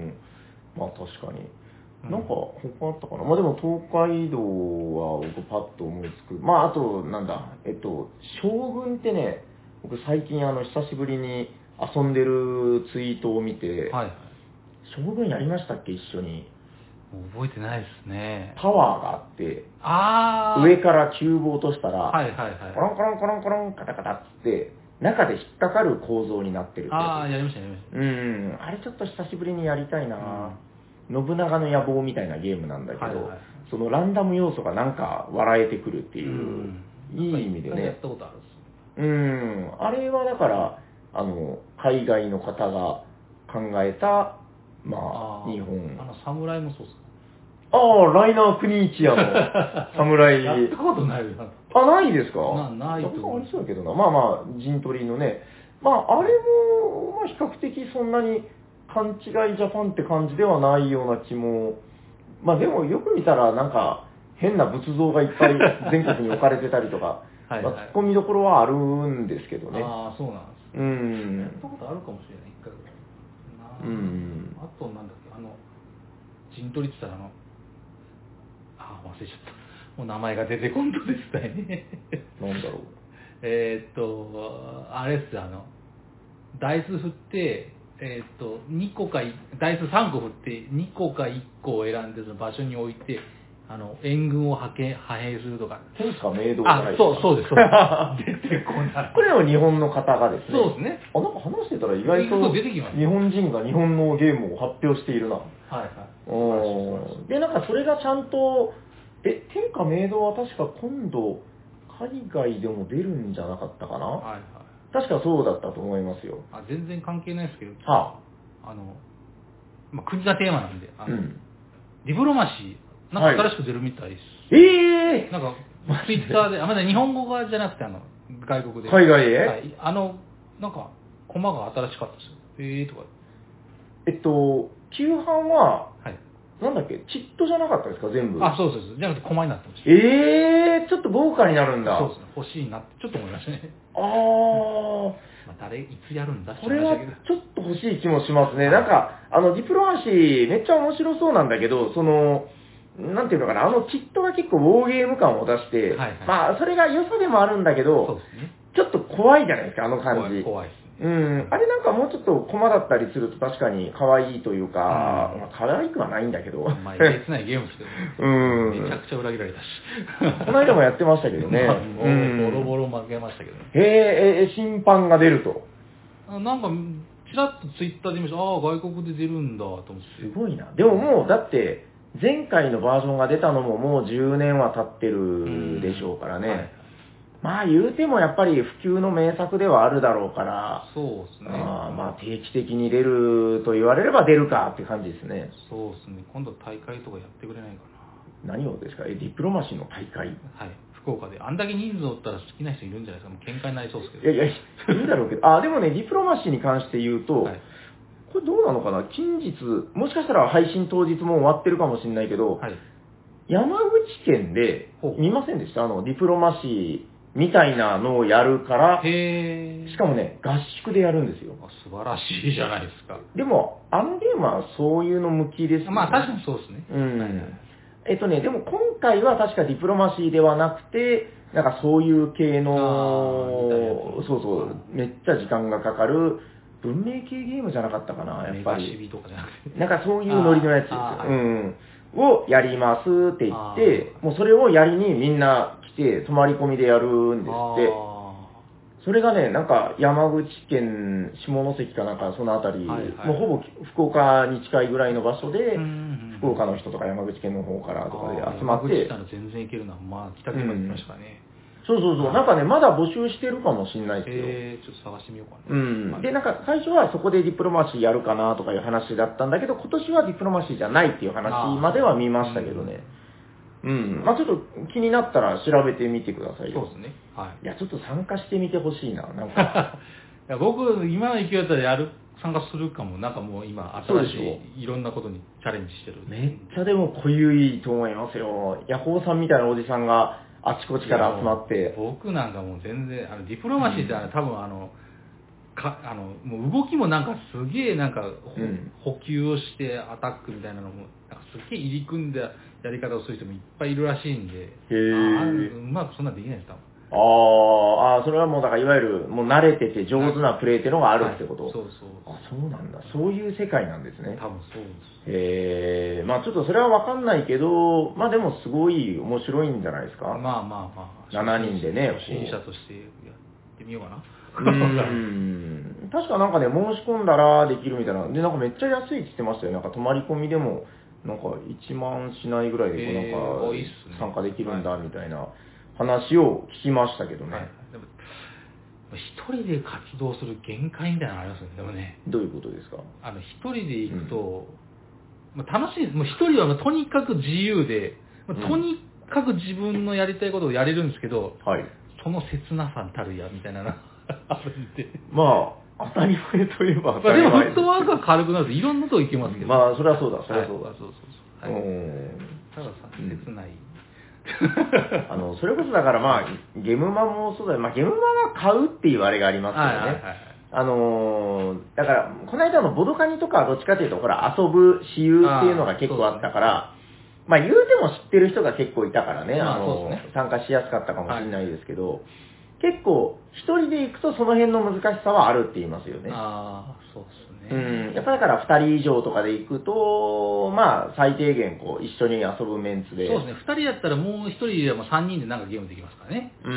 まあ確かに。なんか、他あったかな、まあでも東海道は僕パッと思いつく。まああと、なんだ、えっと、将軍ってね、僕最近あの、久しぶりに遊んでるツイートを見て、はいはい、将軍やりましたっけ、一緒に。 覚えてないですね。 タワーがあって、 あ上からキューブを落としたら、 はいはいはい、 コロンコロンコロンコロンカタカタっつって、中で引っかかる構造になってるってやつ。 ああ、やりましたやりました。 うん、あれちょっと久しぶりにやりたいな、うん、信長の野望みたいなゲームなんだけど、はいはい、そのランダム要素がなんか笑えてくるっていう、うん、いい意味でね。 やったことあるっす。うん、あれはだから、あの、海外の方が考えた、まあ、 あ日本。 あの、侍もそうっすか？ ああ、ライナー・クニーチアの侍。 やったことないよ。 あ、ないですか？ なないと思う。 ありそうだけどな。まあまあ、陣取りのね。まあ、あれも、まあ、比較的そんなに勘違いジャパンって感じではないような気も。まあでもよく見たらなんか変な仏像がいっぱい全国に置かれてたりとか、はい、はい、まあ、突っ込みどころはあるんですけどね。 ああ、そうなんです。 うん。 やったことあるかもしれない、一回ぐらい。 うん。 あとなんだっけ、あの、陣取りって言ったらあの、ああ、忘れちゃった。もう名前が出てこんとですね。 なんだろう。 えーっと、あれっす、あの、ダイス振って、えーっと、にこか、ダイスさんこ振って、にこかいっこを選んで、その場所に置いて、あの、援軍を派遣、派兵するとか。 天下明道じゃないですか。あ、そう、そうです、そうです。出てこない。 これは日本の方がですね。 そうですね。 あ、なんか話してたら意外と日本人が日本のゲームを発表しているな。 はいはい。 うん。で、なんかそれがちゃんと、え、天下明道は確か今度、海外でも出るんじゃなかったかな。はいはい。確かそうだったと思いますよ。 あ、全然関係ないですけど、 はあ、あの、まあ、国がテーマなんで、あの、うん、 ディプロマシー、なんか新しく出るみたいです。 はい、ええー、 なんか、ツイッターで、あ、まだ日本語がじゃなくて、あの、外国で。 海外へ、 はい。あの、なんか、コマが新しかったですよ。ええーとか。 えっと、旧版は、 はい。 なんだっけ、チットじゃなかったですか、全部。 あ、そうそうそう。じゃなくて、コマになってました。 ええー、ちょっと豪華になるんだ。 そうですね。欲しいなって、ちょっと思いましたね。 ああ。 まあ、誰、いつやるんだってこれはちょっと欲しい気もしますね。はい、なんか、あの、ディプロマシー、めっちゃ面白そうなんだけど、その、なんていうのかな、あのキットが結構ウォーゲーム感を出して、はいはい、まあ、それが良さでもあるんだけど、そうですね、ちょっと怖いじゃないですか、あの感じ。 怖い、怖いですね。 うん、あれなんかもうちょっとコマだったりすると確かに可愛いというか、うん、まあ、可愛くはないんだけど。 まあ、えげつないゲームですけど、ね、うん。めちゃくちゃ裏切られたし。 この間もやってましたけどね。 まあ、もうボロボロ負けましたけどね。 へえ、審判が出ると。 なんか、ちらっとツイッターで見ました。ああ、外国で出るんだと思って。 すごいな。でももう、だって、前回のバージョンが出たのももうじゅうねんは経ってるでしょうからね。はい、まあ言うてもやっぱり普及の名作ではあるだろうから、 そうですね。 あまあ定期的に出ると言われれば出るかって感じですね。 そうですね。今度大会とかやってくれないかな。何をですか？え、ディプロマシーの大会？ はい。福岡で。あんだけ人数おったら好きな人いるんじゃないですか。もう喧嘩になりそうですけど。 いやいや、いいんだろうけど。あ、でもね、ディプロマシーに関して言うと、はい、これどうなのかな、近日、もしかしたら配信当日も終わってるかもしれないけど、はい、山口県で、見ませんでしたあの、ディプロマシーみたいなのをやるから、 へしかもね、合宿でやるんですよ。 素晴らしいじゃないですか。 でも、あのゲームはそういうの向きですね。 まあ確かにそうですね。 うん。はいはい、えっとね、でも今回は確かディプロマシーではなくて、なんかそういう系の、そうそう、めっちゃ時間がかかる、文明系ゲームじゃなかったかな、やっぱり。 メガシビとかじゃなくて。 なんかそういうノリのやつですよ。うん。をやりますって言って、もうそれをやりにみんな来て、泊まり込みでやるんですって。それがね、なんか山口県下関かなんかそのあたり、はいはい、もうほぼ福岡に近いぐらいの場所で、福岡の人とか山口県の方からとかで集まって。 山口県全然行けるな。まあ北県まで行きましたからね。 そうそうそう。なんかね、まだ募集してるかもしれないですよ。 えー、ちょっと探してみようかな。 うん。で、なんか最初はそこでディプロマシーやるかなとかいう話だったんだけど、今年はディプロマシーじゃないっていう話までは見ましたけどね。うん。まあちょっと気になったら調べてみてくださいよ。 そうですね。はい。 いや、ちょっと参加してみてほしいな。なんか。 いや僕、今の勢いだったらやる、参加するかも。なんかもう今、新しい、いろんなことにチャレンジしてる。 めっちゃでも濃ゆいと思いますよ。ヤホーさんみたいなおじさんが、あちこちから集まって。 僕なんかもう全然、あの、ディプロマシーって、うん、多分あの、か、あの、もう動きもなんかすげえなんか、うん、補給をしてアタックみたいなのも、なんかすげえ入り組んだやり方をする人もいっぱいいるらしいんで、 へあうまくそんなんできないです、多分。 ああ、それはもうだからいわゆる、もう慣れてて上手なプレーっていうのがあるってこと、はい、 そうそう。 あ、そうなんだ。そういう世界なんですね。 多分そうです。 へえ、まあちょっとそれはわかんないけど、まあでもすごい面白いんじゃないですか。 まあまあまあ。 しちにんでね。 初心者としてやってみようかな。 うん。確かなんかね、申し込んだらできるみたいな。で、なんかめっちゃ安いって言ってましたよ。なんか泊まり込みでも、なんかいちまんしないぐらいで、なんか参加できるんだみたいな話を聞きましたけどね。はい、でも一人で活動する限界みたいなのありますよね。でもね。 どういうことですか？ あの、一人で行くと、 まあ、楽しいです。もう一人はまあとにかく自由で、まあ、とにかく自分のやりたいことをやれるんですけど、 はい。 その切なさたるや、みたいなのがあるんで。 まあ、当たり前といえば当まあ、でたり前もフットワークが軽くなるといろんなとこ行けますけど。 まあ、それはそうだ、それはそうだ。 はい、そうそうそう。はい、たださ、切ない。 あの、それこそだからまあ、ゲムマもそうだよ。まあ、ゲムマは買うっていうあれがありますけどね。 はいはいはい。 あのー、だから、この間のボドカニとかはどっちかというと、ほら、遊ぶ、私有っていうのが結構あったから、まあ、言うても知ってる人が結構いたからね、 まああのそうですね、 参加しやすかったかもしれないですけど、結構、一人で行くとその辺の難しさはあるって言いますよね。 ああ、そうですうね。 ん。やっぱだから二人以上とかで行くと、まあ、最低限こう、一緒に遊ぶメンツで。 そうですね。二人やったらもう一人でも三人でなんかゲームできますからね。 うん。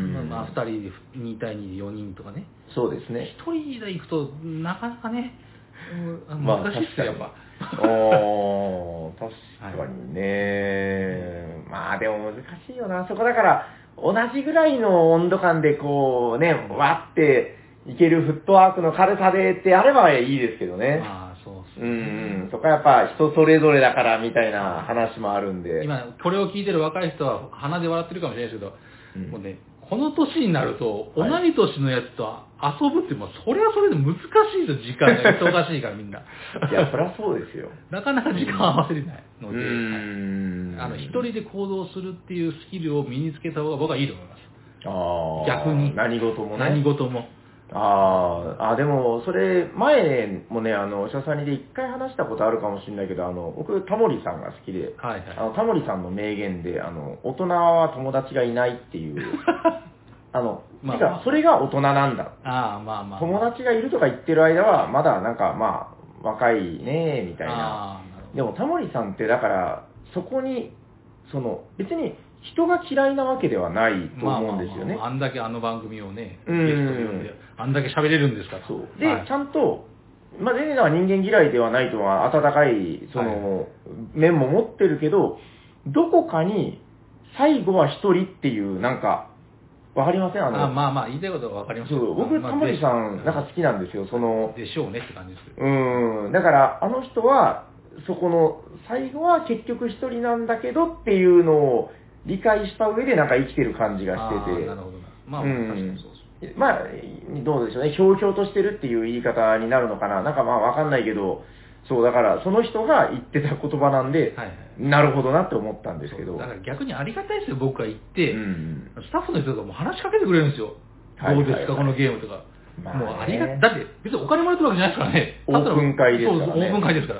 まあ、まあ、二人でに対にでよにんとかね。 そうですね。 一人で行くと、なかなかね、うん、 まあ難しいっすよ、やっぱ。 おー、確かにね、はい。まあでも難しいよな。そこだから、同じぐらいの温度感でこうね、わっていけるフットワークの軽さでってあればいいですけどね。 まあ、そうっすね。 うんうん。そこはやっぱ人それぞれだからみたいな話もあるんで。 今、これを聞いてる若い人は鼻で笑ってるかもしれないですけど、 うん、 もうね、この年になると、同い年のやつと遊ぶって、もうそれはそれで難しいですよ、時間が忙しいからみんな。 いや、そりゃそうですよ。 なかなか時間合わせれないので、 うーん、 あの、一人で行動するっていうスキルを身につけた方が僕はいいと思います。 あ逆に。 何事もね。 何事も。 ああ、でも、それ、前もね、あの、おしゃさんにで一回話したことあるかもしれないけど、あの、僕、タモリさんが好きで、 はいはい。 あの、タモリさんの名言で、あの、大人は友達がいないっていう、あの、 まあてか、それが大人なんだ。 ああ、まあまあ。 友達がいるとか言ってる間は、まだなんか、まあ、若いね、みたいな。 ああ、なるほど。 でも、タモリさんって、だから、そこに、その、別に、人が嫌いなわけではないと思うんですよね。 まあまあまあ、あんだけあの番組をね、 うんゲストで呼んで、あんだけ喋れるんですから。 そう。で、 はいちゃんと、まあ、全然は人間嫌いではないとは、温かい、その、はい、面も持ってるけど、どこかに、最後は一人っていう、なんか、わかりませんあのあまあまあ、言いたいことはわかりますそう、僕、タモリさん、なんか好きなんですよ、その、 でしょうねって感じですけど。 うん。だから、あの人は、そこの、最後は結局一人なんだけどっていうのを、理解した上でなんか生きてる感じがしてて。 なるほどな。まあ、うん、確かにそうです。まあ、どうでしょうね。ひょうひょうとしてるっていう言い方になるのかな。なんかまあわかんないけど、そう、だからその人が言ってた言葉なんで、はいはい、なるほどなって思ったんですけど。 だから逆にありがたいですよ、僕が言って、 うん、 スタッフの人がもう話しかけてくれるんですよ。はいはいはい、どうですか、このゲームとか。まあね、もうありがだって別にお金もらってるわけじゃないですからね。 オープン会ですからね。 そう、オープン会ですから。 うん、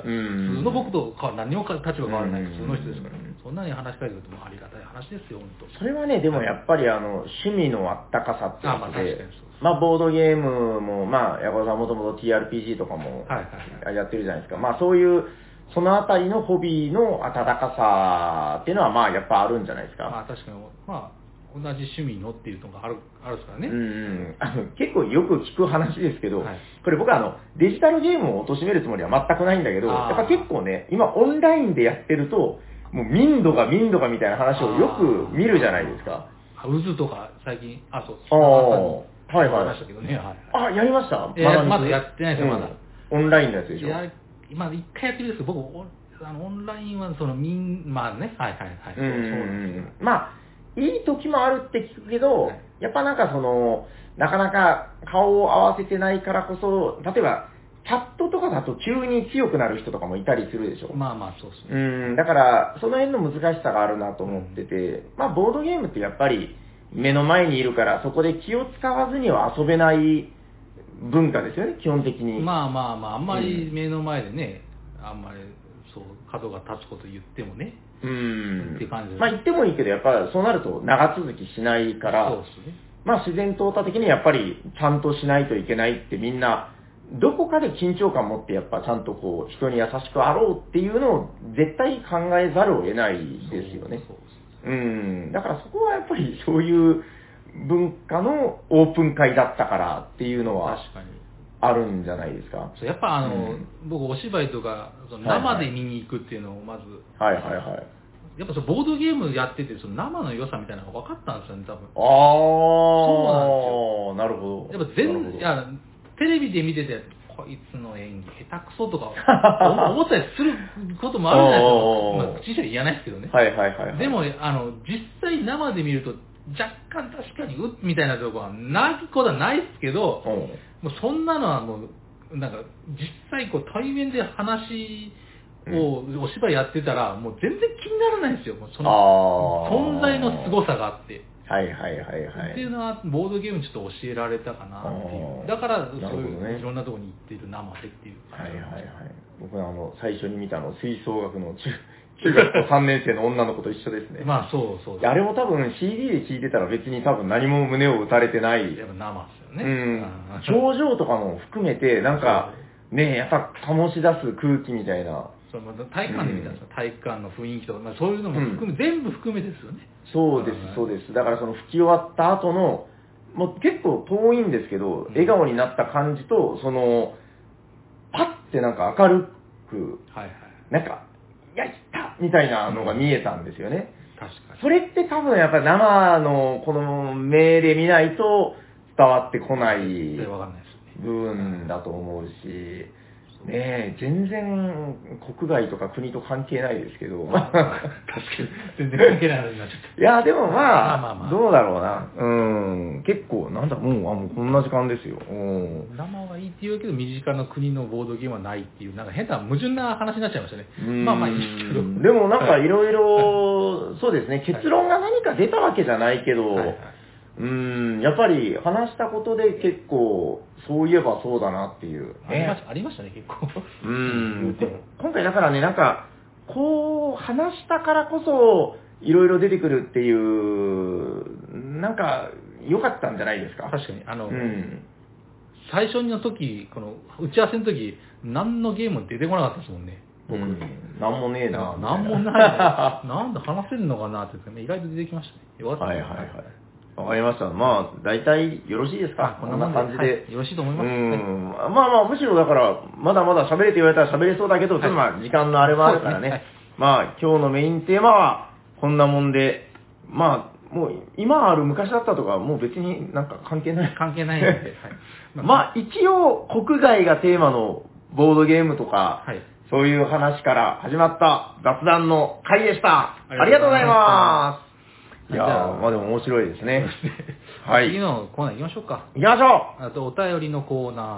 普通の僕と何にも立場変わらない普通の人ですから。そんなに話しかけてくるともうありがたい話ですよ、本当。 それはね、でもやっぱりあの、趣味のあったかさってやつで、まあ、ボードゲームも、まあ、ヤコウさんもともと ティーアールピージー とかもやってるじゃないですか。まあ、そういう、そのあたりのホビーの温かさっていうのは、まあ、やっぱあるんじゃないですか。 まあ、確かに、まあ、同じ趣味のっていうのがある、あるですからね。 うん。あの、結構よく聞く話ですけど、はい、これ僕はあの、デジタルゲームを貶めるつもりは全くないんだけど、やっぱ結構ね、今オンラインでやってると、もう民度が民度がみたいな話をよく見るじゃないですか。 あ、渦とか最近、あ、そうそう。ああ、はいはい。 やりましたけどね、はいはい。 あ、やりました、 えー、まだやってないですよ、まだ。 オンラインのやつでしょ。 いや、今一回やってるんですけど、僕、あのオンラインはその民、まあね、はいはいはい。 そうそうなんですよ。まあ、いい時もあるって聞くけど、はい、やっぱなんかその、なかなか顔を合わせてないからこそ、例えば、チャットとかだと急に強くなる人とかもいたりするでしょ。 まあまあ、そうそう。 うん、だから、その辺の難しさがあるなと思ってて、うん、まあ、ボードゲームってやっぱり、目の前にいるから、そこで気を使わずには遊べない文化ですよね、基本的に。 まあまあまあ、あんまり目の前でね、うん、あんまり、そう、角が立つこと言ってもね。 うん。 っていう感じで。 まあ言ってもいいけど、やっぱそうなると長続きしないから、 そうですね。まあ自然淘汰的にやっぱりちゃんとしないといけないってみんな、どこかで緊張感持ってやっぱちゃんとこう人に優しくあろうっていうのを絶対考えざるを得ないですよね。そうそう。うん。だからそこはやっぱりそういう文化のオープン会だったからっていうのはあるんじゃないですか。 そうやっぱあの、うん、僕お芝居とかその生で見に行くっていうのをまず、 はいはいはい。 やっぱそのボードゲームやっててその生の良さみたいなのが分かったんですよね、多分。 ああ、そうなんですよ。なるほど。 やっぱ全、いや、テレビで見てて、 こいつの演技下手くそとか思ったりすることもあるじゃないですか。まあ、口にしては言わないですけどね。 はいはいはい、はい。 でも、あの、実際生で見ると、若干確かにうっみたいなところはないことはないですけど、 うん、 もうそんなのはもう、なんか、実際こう対面で話を、うん、お芝居やってたら、もう全然気にならないんですよ。もうその存在の凄さがあって。 はいはいはいはい。 っていうのは、ボードゲームにちょっと教えられたかなっていう。だから、そういう、ね、いろんなところに行ってる生でっていう感じ。 はいはいはい。僕はあの、最初に見たの、吹奏楽の中、中学校さんねん生の女の子と一緒ですね。 まあそうそう。 あれも多分 シーディー で聴いてたら別に多分何も胸を打たれてない。 やっぱ生ですよね。 うん。表情とかも含めて、なんか、ね、やっぱ醸し出す空気みたいな。 そう体育館で見たんですよ、うん、体育館の雰囲気とか、まあ、そういうのも含め、うん、全部含めですよね。 そうです、そうです。だからその吹き終わった後の、もう結構遠いんですけど、笑顔になった感じと、その、パッてなんか明るく、はいはい、なんか、やったみたいなのが見えたんですよね。 うん、確かに。 それって多分やっぱり生のこの目で見ないと伝わってこない部分だと思うし、ねえ、全然国外とか国と関係ないですけど。 確かに。全然関係ない話になっちゃった。 いや、でもまあ、まあまあまあ、どうだろうな。うん。結構、なんだ、もう、あ、もうこんな時間ですよ。うん。 生はいいって言うけど、身近な国のボードゲームはないっていう、なんか変な矛盾な話になっちゃいましたね。まあまあいいですけど。 でもなんかいろいろ、そうですね、結論が何か出たわけじゃないけど、はいはいはい、うーん、やっぱり話したことで結構、そういえばそうだなっていう、 ね。ありました、ありましたね、結構。 うーん。今回だからね、なんか、こう、話したからこそ、いろいろ出てくるっていう、なんか、良かったんじゃないですか。 確かに。あの、うん、最初の時、この、打ち合わせの時、何のゲーム出てこなかったですもんね。僕。うん、 なんもねえな。 なんもないな。なんで話せるのかなって、ね、意外と出てきましたね。よかったですね。はいはいはい。 わかりました。まあ、大体よろしいですか？ こんな感じで、はい。よろしいと思います。 うん。はい、まあまあ、むしろだから、まだまだ喋れて言われたら喋れそうだけど、はい、まあ、時間のあれもあるからね。ね、はい、まあ、今日のメインテーマは、こんなもんで、まあ、もう、今ある昔だったとか、もう別になんか関係ない。 関係ないので。はい、 まあ、一応、国外がテーマのボードゲームとか、はい、そういう話から始まった雑談の回でした。ありがとうございます。いやー、まあでも面白いですね。 はい。次のコーナー行きましょうか。 行きましょう。あと、お便りのコーナー。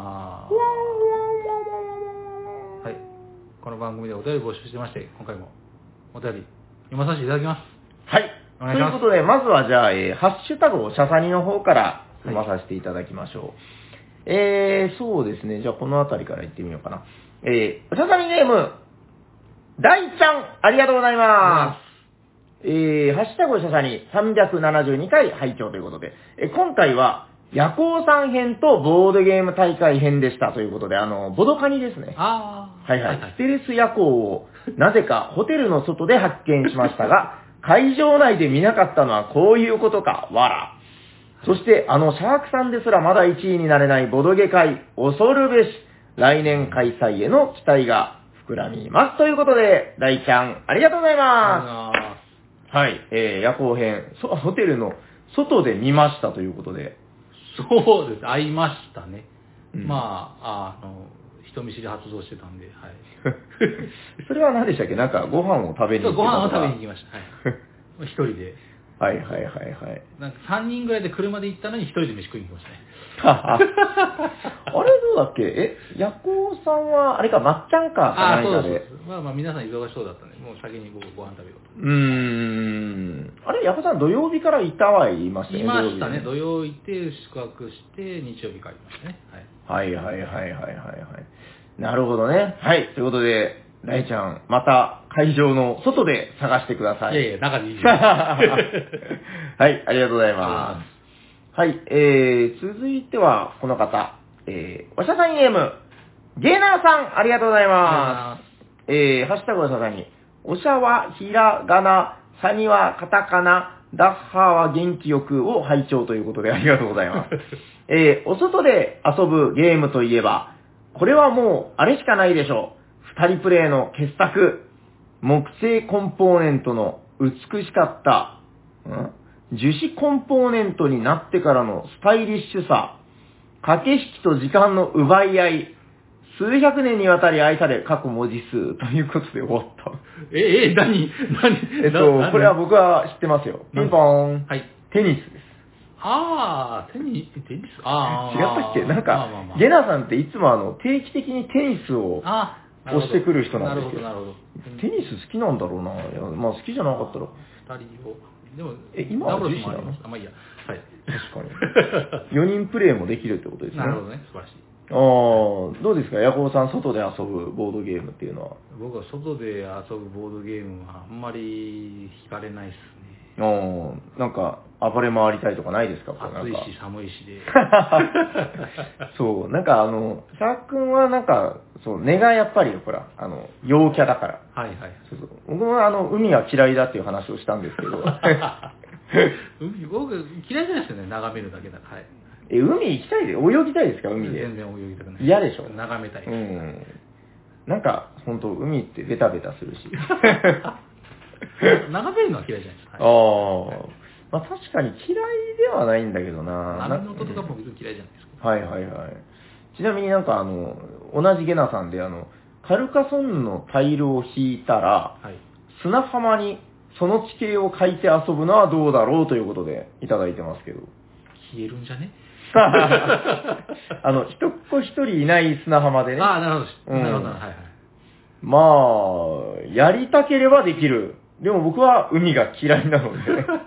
はい。この番組でお便り募集してまして、今回もお便り読まさせていただきます。 はい。お願いします。ということで、まずはじゃあ、えー、ハッシュタグをシャサニの方から読まさせていただきましょう。はい、えー、そうですね。じゃあ、このあたりから行ってみようかな。えー、シャサニネーム、大ちゃん、ありがとうございます。えー、ハッシュタグシャサニさんびゃくななじゅうにかい拝聴ということで、えー、今回は、夜行さん編とボードゲーム大会編でしたということで、あの、ボドカニですね。 ああ。はいはい。ステルス夜行を、なぜかホテルの外で発見しましたが、会場内で見なかったのはこういうことか、わら。そして、あの、シャークさんですらまだいちいになれないボドゲ会、恐るべし、来年開催への期待が膨らみます。ということで、大ちゃん、ありがとうございます。はい、えー、夜行編、ホテルの外で見ましたということで。 そうです、会いましたね。うん、まあ、あの、人見知り発動してたんで、はい。 それは何でしたっけ？なんかご飯を食べに行きました。 ご飯を食べに行きました。はい。一人で。 はいはいはいはい。 なんかさんにんぐらいで車で行ったのに一人で飯食いに行きましたね。 あれどうだっけ？え、ヤコウさんは、あれか、まっちゃんかか何かで。あ、そうです。まあまあ皆さん忙しそうだったんで、もう先に僕ご飯食べようと。 うーん。あれ、ヤコウさん土曜日からいたはいましたね。 いましたね。土曜行って宿泊して日曜日帰りましたね。 はい。はいはいはいはいはいはい。なるほどね。はい。ということで、ライちゃん、また会場の外で探してください。 いやいや、中でいいです。 はい、ありがとうございます。はい、えー、続いては、この方、えー、おしゃさんネーム、ゲーナーさん、ありがとうございます。えー、ハッシュタグおしゃさんに、おしゃはひらがな、さにはカタカナ、ダッハは元気よくを拝聴ということでありがとうございます。えー、お外で遊ぶゲームといえば、これはもう、あれしかないでしょう。二人プレイの傑作、木製コンポーネントの美しかった、ん樹脂コンポーネントになってからのスタイリッシュさ、駆け引きと時間の奪い合い、 数百年にわたり愛され、過去文字数ということで終わった。 え、え、何何えっと、これは僕は知ってますよ。ピンポーン。 はい。 テニスです。 ああ、テニス、テニスああ。 違ったっけなんか、 まあまあまあ、 ゲナさんっていつもあの、定期的にテニスを押してくる人なんですよ。 なるほど、なるほど。 テニス好きなんだろうな。いやまあ好きじゃなかったら。 二人を。でも、 え、今は女子なの？ あ、まあいいや。はい。 確かに。よにんプレイもできるってことですね。 なるほどね、素晴らしい。 ああ、どうですか、ヤコウさん、外で遊ぶボードゲームっていうのは。 僕は外で遊ぶボードゲームはあんまり惹かれないっすね。 ああ、なんか、暴れ回りたいとかないですか？ 暑いし寒いしで。 そう、なんかあの、さっくんはなんか、そう、根がやっぱりほら、あの、陽キャだから。 はいはい。 そうそう。僕はあの、海が嫌いだっていう話をしたんですけど。 海、僕嫌いじゃないですよね、眺めるだけだから。はい。 え、海行きたいで、泳ぎたいですか、海で。 全然泳ぎたくない。 嫌でしょ。 眺めたい。 うん。なんか、本当海ってベタベタするし。 眺めるのは嫌いじゃないですか。 ああ、まあ確かに嫌いではないんだけどな。 波の音とかも別に嫌いじゃないですか。 はいはいはい。ちなみになんかあの、同じゲナさんであの、カルカソンヌのタイルを引いたら、はい、砂浜にその地形を書いて遊ぶのはどうだろうということでいただいてますけど。 消えるんじゃねあの、一っ子一人いない砂浜でね。 ああ、なるほど。うん、なるほど、はいはい。 まあ、やりたければできる。でも僕は海が嫌いなので。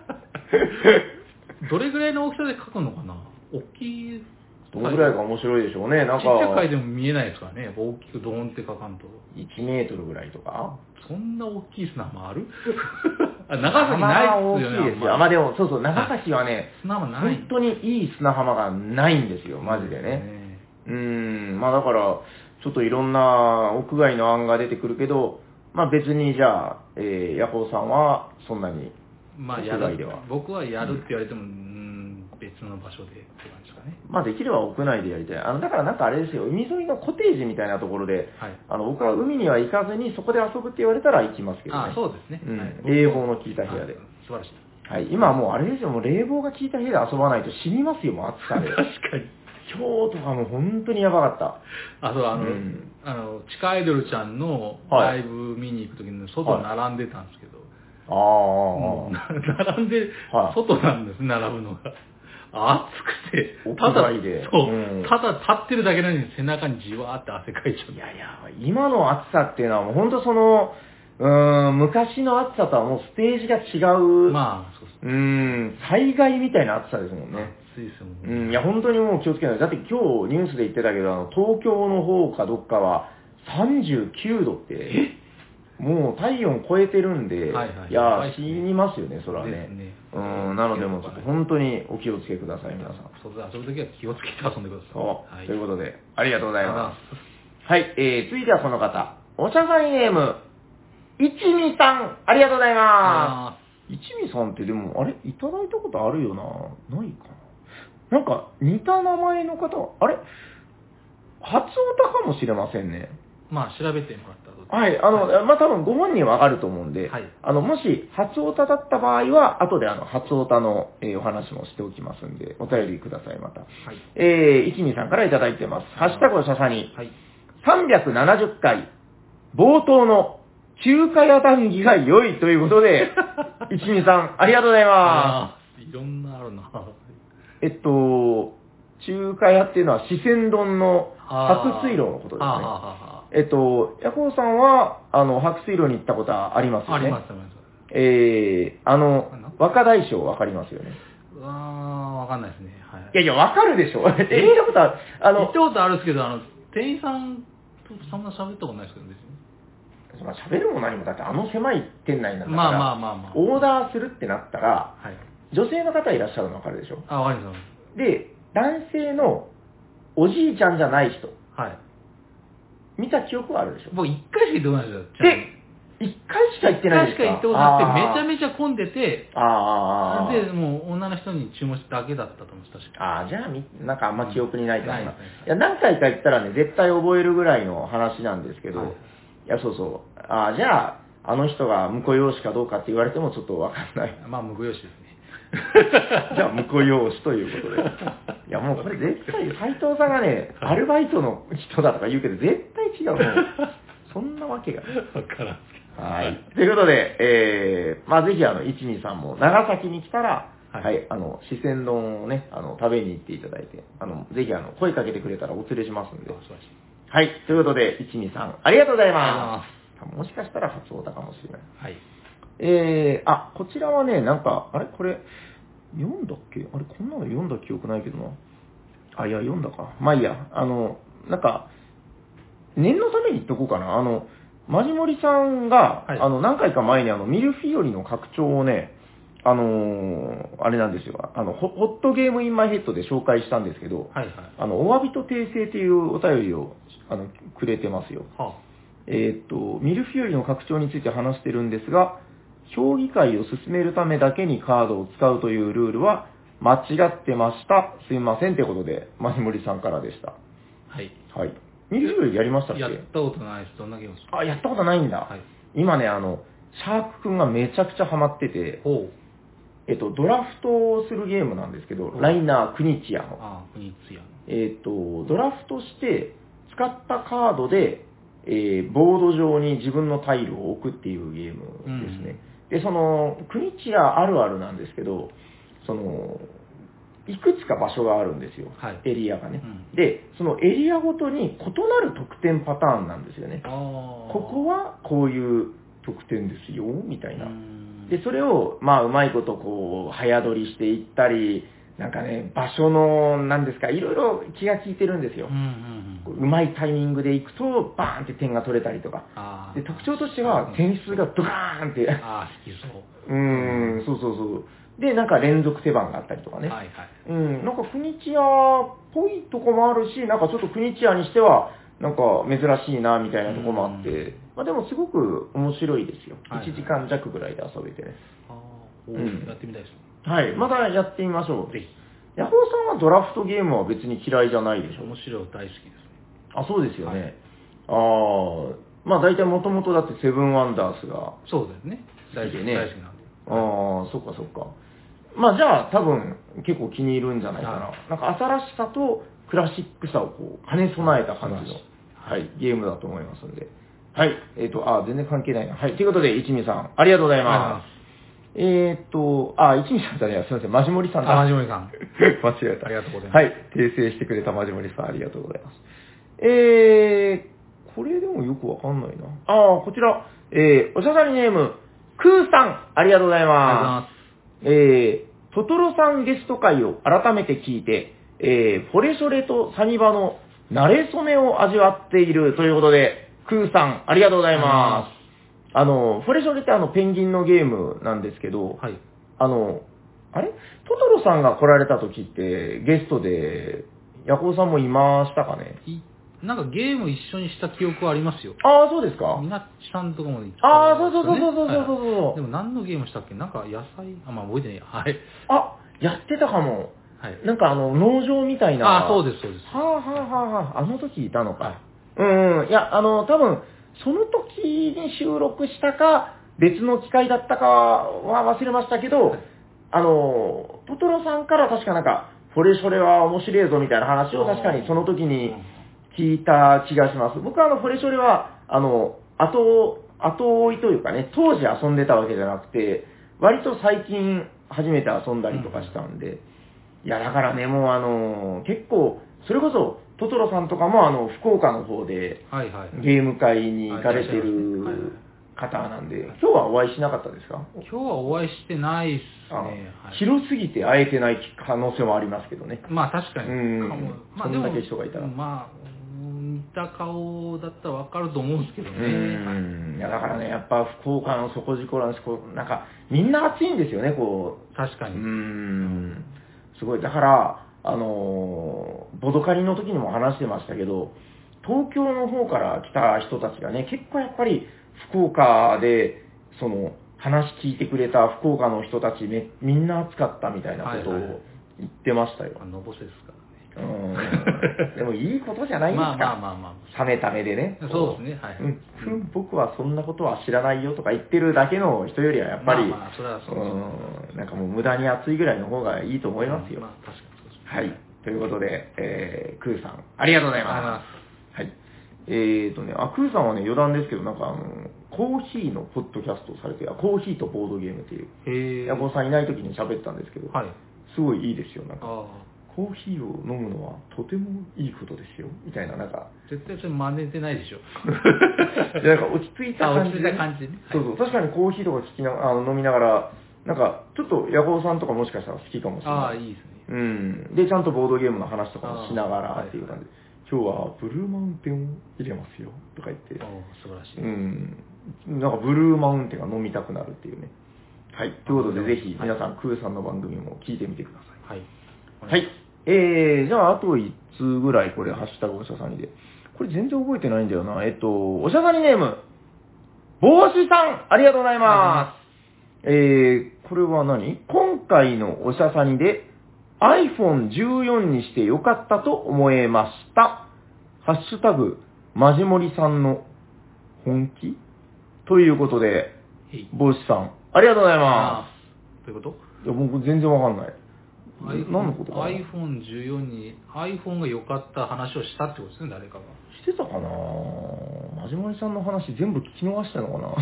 どれぐらいの大きさで描くのかな？大きい。 どのぐらいが面白いでしょうね。なんか。 ちっちゃく描いても見えないですからね。やっぱ大きくドーンって描かんと。 いちメートルぐらいとか？ そんな大きい砂浜ある？あ、長崎ないっすよね。 大きいですよ。まあでも、そうそう、長崎はね、 砂浜ない。 本当にいい砂浜がないんですよ、マジでね。うーん、まあだから、ちょっといろんな屋外の案が出てくるけど、まあ別にじゃあ、えー、ヤコウさんはそんなに、 まあやる、僕はやるって言われても、うん、うん別の場所でって感じですかね。 まあできれば屋内でやりたい。あの、だからなんかあれですよ、海沿いのコテージみたいなところで、はい、あの、僕は海には行かずにそこで遊ぶって言われたら行きますけどね。 ああ、そうですね。 うん、はい、冷房の効いた部屋で。 素晴らしい。 はい、今はもうあれですよ、もう冷房が効いた部屋で遊ばないと死にますよ、もう暑さで。 確かに。 今日とかもう本当にやばかった。 あ、そう、あの、うん、あの、地下アイドルちゃんのライブ見に行くときに外並んでたんですけど、 はい、ああ、並んで、外なんです、並ぶのが。暑くて、 ただ、でそう、うん、ただ立ってるだけなのに背中にじわーって汗かいちゃう。 いやいや、今の暑さっていうのはもう本当その、うーん、昔の暑さとはもうステージが違う。 まあ、そうですね。 うーん、災害みたいな暑さですもんね。 暑いですよね。 うん、いや、本当にもう気をつけない。だって今日ニュースで言ってたけど、あの、東京の方かどっかはさんじゅうきゅうどって、えもう体温超えてるんで、はいはい、いや、死にますよね、それはね。ねうん、なのでもうちょっと本当にお気をつけください、皆さん。 そうだ、遊ぶときは気をつけて遊んでください。 そう、はい、ということで、ありがとうございます。はい、えー、続いてはこの方、おしゃさんネーム、いちみさん、ありがとうございます。いちみさんってでも、あれいただいたことあるよなないかななんか、似た名前の方、あれ初オタかもしれませんね。 まあ、調べてもらったら。 はい、あの、はい、まあ、多分ご本人はわかると思うんで、はい、あの、もし、初オタだった場合は、後であの、初オタの、えー、お話もしておきますんで、お便りください、また。はい、えー、いちみさんからいただいてます。ハッシュタグおしゃさに、はい、さんびゃくななじゅっかい、冒頭の中華屋談義が良いということで、いちみさん、ありがとうございます。 いろんなあるな。 えっと、中華屋っていうのは四川丼の白水路のことですね。えっと、ヤコウさんは、あの、白水路に行ったことはありますよね。 あります、あります。 えー、あの、若大将わかりますよね。 あー、わかんないですね。はい。 いやいや、わかるでしょ。え、行ったことあるあの、 行ったことあるんですけど、あの、店員さんとそんな喋ったことないですけど、別に。 まあ、喋るも何も、だってあの狭い店内なんだから、 まあまあまあまあ。 オーダーするってなったら、はい、女性の方いらっしゃるのわかるでしょ。 あ、わかります。 で、男性のおじいちゃんじゃない人。 はい。 見た記憶はあるでしょ。 僕一回しか行ってこないですよ。 で、一回しか行ってないですか。 一回しか行ってことなくて、めちゃめちゃ混んでて、 ああ。 で、もう女の人に注文しただけだったと思うんです、確か。 ああ、じゃあみ、なんかあんま記憶にないかな。いや、何回か行ったらね、絶対覚えるぐらいの話なんですけど、はい、いや、そうそう。ああ、じゃあ、あの人が婿養子かどうかって言われてもちょっとわかんない。 まあ、婿養子ですね。 じゃあ、婿養子ということで。 いやもうこれ絶対、斉藤さんがね、アルバイトの人だとか言うけど、絶対違う。もうそんなわけがない。 わからんすけど。 はい。ということで、えー、まあぜひあの、いちにさんも長崎に来たら、 は、 はいい、あの、四川丼をね、あの、食べに行っていただいて、あの、ぜひあの、声かけてくれたらお連れしますんで。はい。ということで、いちにさん、ありがとうございます。もしかしたら初オタかもしれない。 はい。 えー、あ、こちらはね、なんか、あれこれ、読んだっけあれ、こんなの読んだ記憶ないけどな。あ、いや、読んだか。まあいいや。あの、なんか、念のために言っとこうかな。あの、マジモリさんが、はい、あの、何回か前にあの、ミルフィオリの拡張をね、あのー、あれなんですよ。あの、ホットゲームインマイヘッドで紹介したんですけど、 はいはい、あの、お詫びと訂正というお便りを、あの、くれてますよ。はあ、えー、っと、ミルフィオリの拡張について話してるんですが、評議会を進めるためだけにカードを使うというルールは間違ってました。すいませんってことで、マジモリさんからでした。 はい。 はい。ミルフィオリやりましたっけ？ やったことないです。どんなゲームですか？ あ、やったことないんだ。はい、今ね、あの、シャークくんがめちゃくちゃハマってて、ほう。えっと、ドラフトをするゲームなんですけど、ライナー・クニチアの。 ああ、クニチア。 えっと、ドラフトして使ったカードで、えー、ボード上に自分のタイルを置くっていうゲームですね。うん、で、その、クニチアあるあるなんですけど、その、いくつか場所があるんですよ。はい、エリアがね、うん。で、そのエリアごとに異なる得点パターンなんですよね。ここはこういう得点ですよ、みたいな。で、それを、まあ、うまいことこう、早取りしていったり、なんかね、場所の、なんですか、いろいろ気が利いてるんですよ。うんうんうん、うまいタイミングで行くと、バーンって点が取れたりとか。で、特徴としては、点数がドカーンって。 ああ、引きそう。 うーん、そうそうそう。で、なんか連続手番があったりとかね。はいはい。うん、なんかクニチアっぽいとこもあるし、なんかちょっとクニチアにしては、なんか珍しいな、みたいなとこもあって、まあでもすごく面白いですよ。はいはい、いちじかん弱ぐらいで遊べてね。 ああ、うん、やってみたいです。 はい、またやってみましょう。ぜひ。ヤホーさんはドラフトゲームは別に嫌いじゃないでしょ？ 面白い、大好きですね。 あ、そうですよね。はい、ああ、まあ大体もともとだってセブンワンダースが。 そうですね。大好きね。大好きなんで。 ああ、そっかそっか。まあじゃあ多分結構気に入るんじゃないかな。はい、なんか新しさとクラシックさをこう兼ね備えた感じの、はい、ゲームだと思いますんで。はい。えっ、ー、と、あ、全然関係ないな。はい。ということで、一味さん、ありがとうございます。えっ、ー、と、あ、一味さんじゃねえや、すみません。マジモリさんだ。 マジモリさん。 間違えた。 ありがとうございます。 はい。訂正してくれたマジモリさん、ありがとうございます。えー、これでもよくわかんないな。あ、こちら、えー、おしゃさりネーム、クーさん、ありがとうございます。ありがとうございます。えー、トトロさんゲスト会を改めて聞いて、えー、フォレショレとサニバの慣れ初めを味わっているということで、クーさん、ありがとうございます。あの、フォレショレってあの、ペンギンのゲームなんですけど、はい、あの、あれトトロさんが来られた時って、ゲストで、ヤコウさんもいましたかね？ なんかゲーム一緒にした記憶はありますよ。 ああ、そうですか？ みなっちさんとかも行った、ね。 ああ、そうそうそうそうそうそうそう、 はい、でも何のゲームしたっけ？なんか野菜、あ、まあ覚えてねえや。はい。 あ、やってたかも。はい。なんかあの、農場みたいな。 ああ、そうです、そうです。 はあはあはあはあ、あの時いたのか。はい、うんうん。いや、あの、多分、その時に収録したか、別の機会だったかは忘れましたけど、はい、あの、トトロさんから確かなんか、フォレショレは面白いぞみたいな話を確かにその時に聞いた気がします。僕はあの、フォレショレは、あの、後、後追いというかね、当時遊んでたわけじゃなくて、割と最近初めて遊んだりとかしたんで、うん、いや、だからね、もうあの、結構、それこそ、トトロさんとかもあの、福岡の方で、ゲーム会に行かれてる方なんで、今日はお会いしなかったですか？ 今日はお会いしてないっすね。 はい、広すぎて会えてない可能性もありますけどね。 まあ確かに。うん。 まあ、そんだけ人がいたら。 まあ、似た顔だったらわかると思うんですけどね。うん。いや、だからね、やっぱ福岡の底力なんです。こう、なんか、みんな熱いんですよね、こう。 確かに。 うん。すごい。だから、あのー、ボドカリの時にも話してましたけど、東京の方から来た人たちがね、結構やっぱり福岡で、その、話聞いてくれた福岡の人たちめ、みんな熱かったみたいなことを言ってましたよ。 のぼせですからね。 うん。でもいいことじゃないですか。 まあまあまあまあ。 冷めた目でね。 そうですね。はい、 うん。僕はそんなことは知らないよとか言ってるだけの人よりはやっぱり、 まあまあ、それはそうですね。 うん。なんかもう無駄に熱いぐらいの方がいいと思いますよ。 まあ確かにそうですね。 はい。 ということで、えー、クーさん、ありがとうございます。はい。えーとね、あ、クーさんはね、余談ですけど、なんかあの、コーヒーのポッドキャストをされて、あ、コーヒーとボードゲームっていう、 へー。 ヤコウさんいない時に喋ったんですけど、 はい。 すごいいいですよ、なんか。 あコーヒーを飲むのはとてもいいことですよ、みたいな、なんか。 絶対それ真似てないでしょ。 いやなんか落ち着いた感じで。 落ち着いた感じね。 そうそう、確かにコーヒーとか聞きなあの飲みながら、なんか、ちょっとヤコウさんとかもしかしたら好きかもしれない。 ああ、いいですね。 うん。で、ちゃんとボードゲームの話とかもしながらっていう感じで、今日はブルーマウンテンを入れますよ、とか言って。 お素晴らしい。 うん。なんかブルーマウンテンが飲みたくなるっていうね。はい。ということで、ぜひ皆さん、クーさんの番組も聞いてみてください。はい。はい。えー、じゃあ、あといっつうぐらい、これ、ハッシュタグおしゃさにで。これ全然覚えてないんだよな。えっと、おしゃさにネーム、帽子さん、ありがとうございます。えー、これは何？今回のおしゃさにで アイフォンじゅうよん にしてよかったと思えました。ハッシュタグ、まじもりさんの本気ということで、帽子さん、ありがとうございます。 どういうこと？ いや、僕全然わかんない。 何のことかな？ アイフォンじゅうよん に iPhone が良かった話をしたってことですね、誰かが。 してたかなぁ。まじもりさんの話全部聞き逃したのかな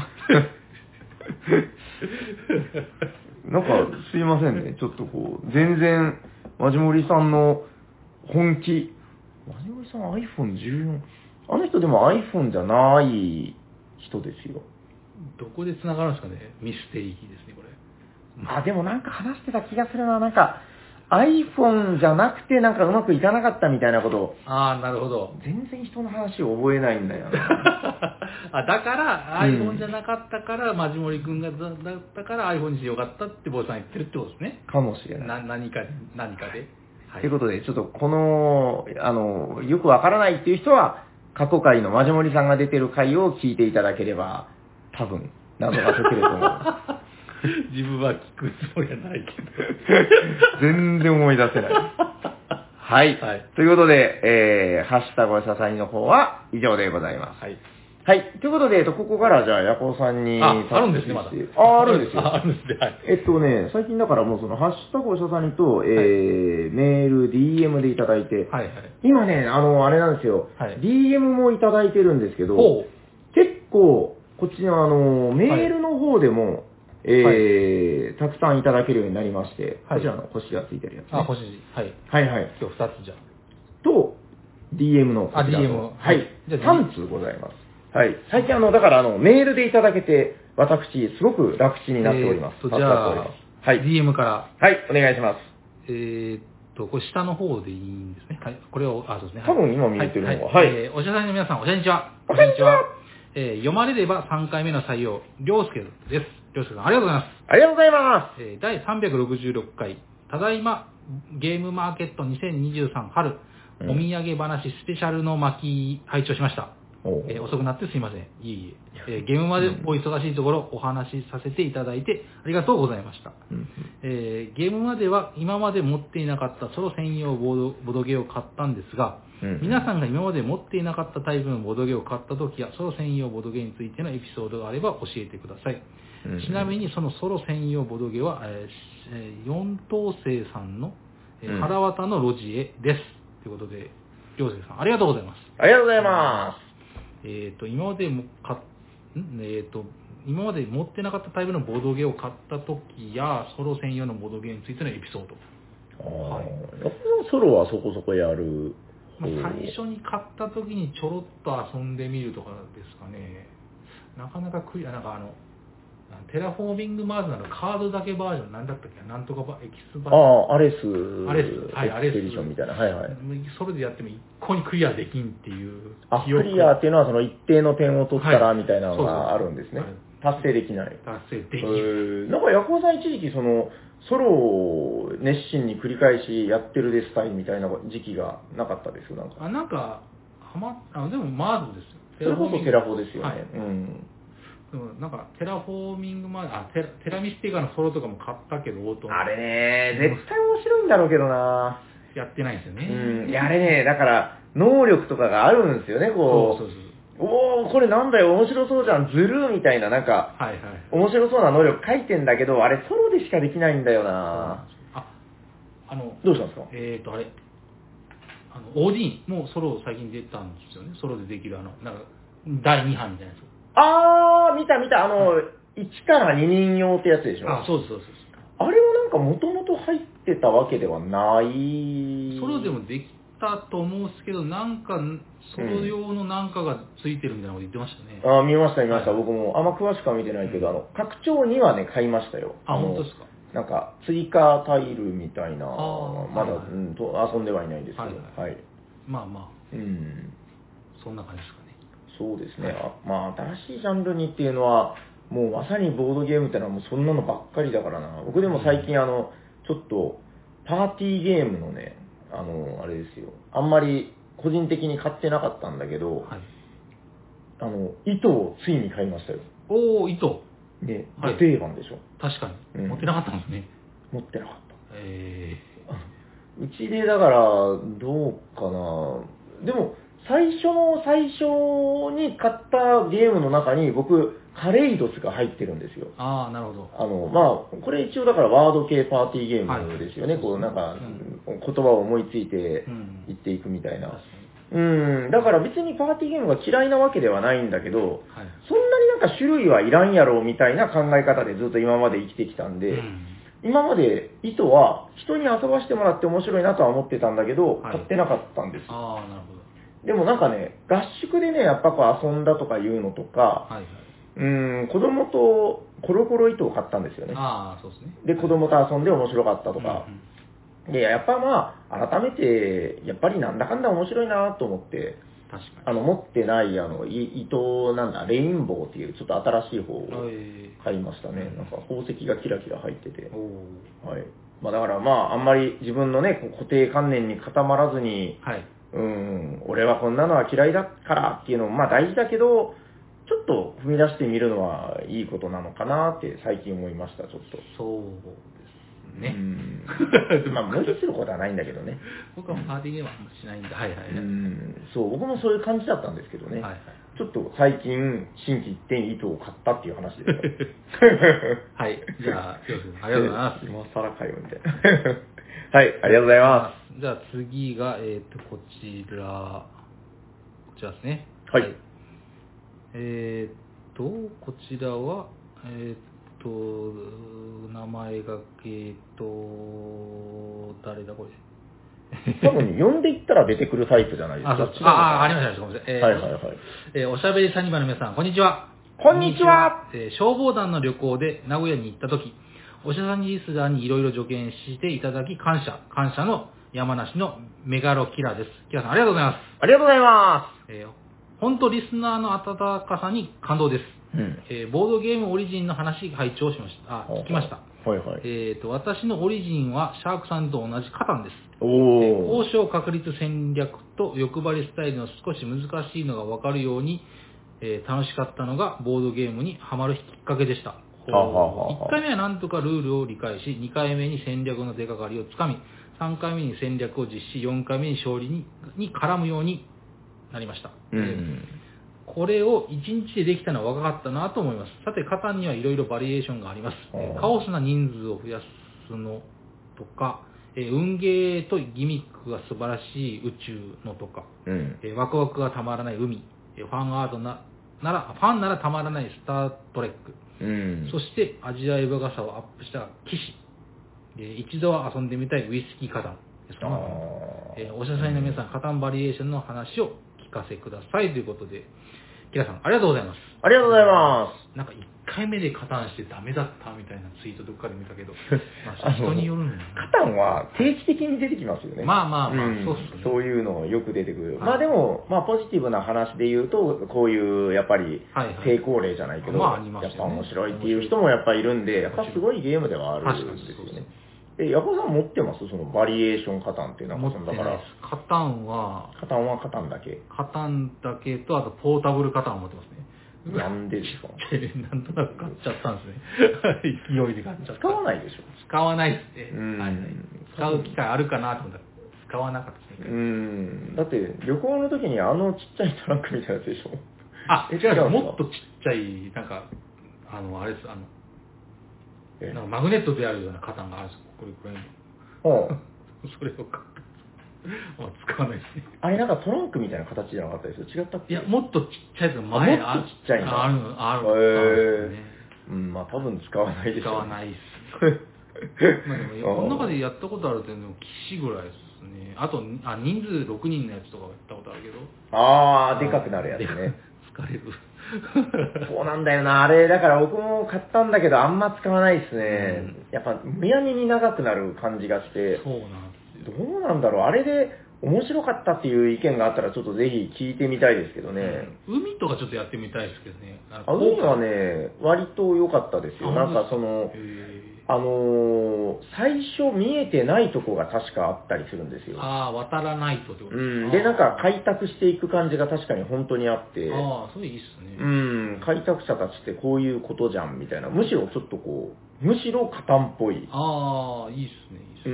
なんか、すいませんね。ちょっとこう、全然、まじもりさんの本気。まじもりさん アイフォンじゅうよん。あの人でも iPhone じゃない人ですよ。 どこで繋がるんですかね？ミステリーですね、これ。 あ、でもなんか話してた気がするな。なんか、iPhone じゃなくてなんかうまくいかなかったみたいなことを。 ああ、なるほど。 全然人の話を覚えないんだよな。 あ、だから iPhone じゃなかったから、まじもりくんがだったから iPhone にしてよかったって坊さん言ってるってことですね。 かもしれない。 な何か、何かで。 はい、ということで、ちょっとこの、あの、よくわからないっていう人は、過去回のまじもりさんが出てる回を聞いていただければ、多分、謎が解けると思う。 自分は聞くつもりはないけど。 全然思い出せない。はい。はい、ということで、えー、ハッシュタグおしゃさにの方は以上でございます。はい。はい。ということで、えっと、ここからじゃあ、ヤコウさんに。 あ、あるんですね、まだ。 あ、あるんですよ。 あ、あるんですね。はい。 えっとね、最近だからもうその、ハッシュタグおしゃさにと、えー、はい、メール、ディーエム でいただいて、はいはい。今ね、あの、あれなんですよ。はい。ディーエム もいただいてるんですけど、結構、こっちのあの、メールの方でも、はい、えー、たくさんいただけるようになりまして、はい、こちらの星がついてるやつ、ね。 あ、星。はい。 はいはい。 今日ふたつじゃ。 と、ディーエム の。 あ、ディーエム。 はい。じゃあさん通ございます。はい。最近あの、だからあの、メールでいただけて、私、すごく楽ちんになっております。 えー、とじゃあ、はい。ディーエム から。 はい、お願いします。 えーっと、これ下の方でいいんですね。はい。これを、あ、そうですね。 多分今見えてるのが。 はい。はい、えー、おしゃさんの皆さん、おしゃにちは。 おしゃにちは。 えー、読まれればさんかいめの採用、りょうすけです。りょうすけさん、ありがとうございます。 ありがとうございます。 えー、だいさんびゃくろくじゅうろっかい、ただいま、ゲームマーケットにせんにじゅうさん春、うん、お土産話スペシャルの巻配置をしました。えー、遅くなってすいません。いえいえ。えー、ゲームまでお忙しいところお話しさせていただいてありがとうございました。うん、えー、ゲームまでは今まで持っていなかったソロ専用ボード、ボドゲを買ったんですが、うん、皆さんが今まで持っていなかったタイプのボドゲを買った時やソロ専用ボドゲについてのエピソードがあれば教えてください。うん、ちなみにそのソロ専用ボドゲは、えー、四等星さんの、えー、腹渡の路地へです。ということで、りょうすけさんありがとうございます。 ありがとうございます。 えっ、ー、と、今までもか、んえっ、ー、と、今まで持ってなかったタイプのボードゲを買った時や、ソロ専用のボードゲについてのエピソード。 ああ、はい。ソロはそこそこやる。 まあ、最初に買った時にちょろっと遊んでみるとかですかね。なかなかクリア、なんかあの、テラフォーミングマーズなのカードだけバージョン、なんだったっけなんとかバエキスバージョン。 ああ、アレス。 アレス。はい、アレス。 エクスペディションみたいな。はいはい。 それでやっても一向にクリアできんっていう。 あ、クリアっていうのはその一定の点を取ったらみたいなのがあるんですね。はい、達成できない。 達成できない。 なんかヤコウさん一時期その、ソロを熱心に繰り返しやってるですたいみたいな時期がなかったですなんか。 あ、なんか、はま、あでもマーズですよ。それこそテラフォですよね。はい、うん。 なんか、テラフォーミングまで、あ、テラ、テラミスティカのソロとかも買ったけど、オートあれね絶対面白いんだろうけどなやってないんですよね。 うん。いや、あれね、だから、能力とかがあるんですよね、こう。そうそうそう。おー、これなんだよ、面白そうじゃん、ずるーみたいな、なんか、はいはい。面白そうな能力書いてんだけど、あれソロでしかできないんだよなあ、あの、 どうしたんですかえーと、あれ、 あの、オーディーンもソロ最近出たんですよね。ソロでできる、あの、なんか、だいに版みたいなやつ。 あー、見た見た、あの、はい、いちからににん用ってやつでしょ。 あ、そうです、そうです。 あれはなんかもともと入ってたわけではない。 ソロでもできたと思うんですけど、なんか、ソロ用のなんかがついてるみたいなこと言ってましたね。 うん、あ、見ました見ました、はい、僕もあんま詳しくは見てないけど、 うん、 あの、拡張にはね、買いましたよ。 あ、本当ですか。 なんか、追加タイルみたいな、まだ、 はいはい、 うん、と遊んではいないですけど、はい、はいはい、 まあまあ、うん、そんな感じですかね。 そうですね、はい、あまあ、新しいジャンルにっていうのは、もうまさにボードゲームってのはもうそんなのばっかりだからな。僕でも最近、あの、ちょっと、パーティーゲームのね、あの、あれですよ、あんまり個人的に買ってなかったんだけど、はい、あの、糸をついに買いましたよ。 おー、糸。 ね、はい、定番でしょ。 確かに、うん。持ってなかったんですね。 持ってなかった。 えー、うちでだから、どうかな。でも、最初の最初に買ったゲームの中に僕、カレイドスが入ってるんですよ。 ああ、なるほど。 あの、まあ、これ一応だからワード系パーティーゲームですよね。はい、こうなんか、うん、言葉を思いついて言っていくみたいな。うん、うん、だから別にパーティーゲームが嫌いなわけではないんだけど、はい、そんなになんか種類はいらんやろうみたいな考え方でずっと今まで生きてきたんで、うん、今まで糸は人に遊ばしてもらって面白いなとは思ってたんだけど、はい、買ってなかったんですよ。 ああ、なるほど。 でもなんかね、合宿でね、やっぱこう遊んだとかいうのとか、はいはい、うん、子供とコロコロ糸を買ったんですよね。 ああ、そうですね。 で、子供と遊んで面白かったとか。うんうん、で、やっぱまあ、改めて、やっぱりなんだかんだ面白いなと思って、 確かに。 あの、持ってない、あの、糸、なんだ、レインボーっていう、ちょっと新しい方を買いましたね。なんか、宝石がキラキラ入ってて。はい。まあだからまあ、あんまり自分のね、固定観念に固まらずに、はい。うん、俺はこんなのは嫌いだからっていうのもまあ大事だけど、ちょっと踏み出してみるのはいいことなのかなって最近思いました、ちょっと。 そうですね。 うん、まあ無理することはないんだけどね。 僕はパーティーゲームはしないんで、はいはいはい。うん、そう、僕もそういう感じだったんですけどね。はいはい、ちょっと最近、新規一点糸を買ったっていう話です。 はい。じゃあ、ありがとうございます。 今更かよ、みたいな。はい、ありがとうございます。 じゃあ次が、えっ、ー、と、こちら、こちらですね。 はい。はい、 えっ、ー、と、こちらは、えっ、ー、と、名前が、えっ、と、誰だこれ。 多分、読んでいったら出てくるタイプじゃないですか。 あ、あ、ありました、ごめんなさい。 えー、はいはいはい。 えー、おしゃべりサニバの皆さん、こんにちは。 こんにちは。 えー、消防団の旅行で名古屋に行ったとき、おしゃさんリスナーにいろいろ助言していただき感謝、感謝の山梨のメガロキラです。キラさんありがとうございます。 ありがとうございます。 えー、本当リスナーの温かさに感動です。うん、えー、ボードゲームオリジンの話、拝聴しました。あ、聞きました。 はいはい。 えーと、私のオリジンはシャークさんと同じカタンです。 おー。えー、 交渉確率戦略と欲張りスタイルの少し難しいのが分かるように、えー、楽しかったのがボードゲームにハマるきっかけでした。いっかいめはなんとかルールを理解し、にかいめに戦略の出かかりをつかみ、さんかいめに戦略を実施、よんかいめに勝利にに絡むようになりました。うんうん、これをいちにちでできたのは若かったなと思います。さて、カタンにはいろいろバリエーションがあります。カオスな人数を増やすのとか、え運ゲーとギミックが素晴らしい宇宙のとか、うん、えワクワクがたまらない海、ファンアートななら、ファンならたまらないスタートレック、うん、そして味わい深さをアップした騎士、えー、一度は遊んでみたいウイスキーカタンですか、えー、おしゃさんの皆さん、カタンバリエーションの話を聞かせくださいということで、キラさんありがとうございます。 ありがとうございます。 なんかいっかいめでカタンしてダメだったみたいなツイートどっかで見たけど、まあ、人によるんだよね。 カタンは定期的に出てきますよね。 まあまあまあ、うん、そうっすね。 そういうのよく出てくる。はい、まあでも、まあポジティブな話で言うと、こういうやっぱり成功例じゃないけど、 はいはい、まあ、 やっぱ面白いっていう人もやっぱいるんで、やっぱすごいゲームではあるんですよね。え、ヤコさん持ってますそのバリエーションカタンっていうのは。 持ってないです。カタンは、 カタンはカタンだけ。 カタンだけと、あとポータブルカタンを持ってますね。 なんでですかなんとなく買っちゃったんですね。勢いで買っちゃった。 使わないでしょ使わないですね。はい、使う機会あるかなと思ったら、使わなかったですね。 うん。だって、旅行の時にあのちっちゃいトランクみたいなやつでしょあ、違う、もっとちっちゃい、なんか、あの、あれです、あの、なんかマグネットであるようなカタンがあるんですよ。これくらいの。それを買った。 まあ使わないですね。 あれなんかトランクみたいな形じゃなかったですよ。違ったっけ？ いや、もっとちっちゃいやつが前あもっとちっちゃいんだ。 ある、ある、ある。 る、ね。 うん、まあ多分使わないでしょう、ね。 使わないっす。まあでも、この中でやったことあるっていうのも騎士ぐらいですね。あと、あ、人数ろくにんのやつとかやったことあるけど。 あー、でかくなるやつね。 疲れる。 そうなんだよな。あれ、だから僕も買ったんだけど、あんま使わないですね。うん、やっぱ、むやみに長くなる感じがして。 そうなんですよ。 どうなんだろう。あれで面白かったっていう意見があったら、ちょっとぜひ聞いてみたいですけどね。 うん、海とかちょっとやってみたいですけどね。 あ海はね、割と良かったですよ。なんかその、あのー、最初見えてないとこが確かあったりするんですよ。 ああ、渡らないとってことですか。うん。で、なんか開拓していく感じが確かに本当にあって。 ああ、それいいっすね。 うん。開拓者たちってこういうことじゃんみたいな。むしろちょっとこう、むしろ加担っぽい。 ああ、いいっすね、いいっすね。 うん。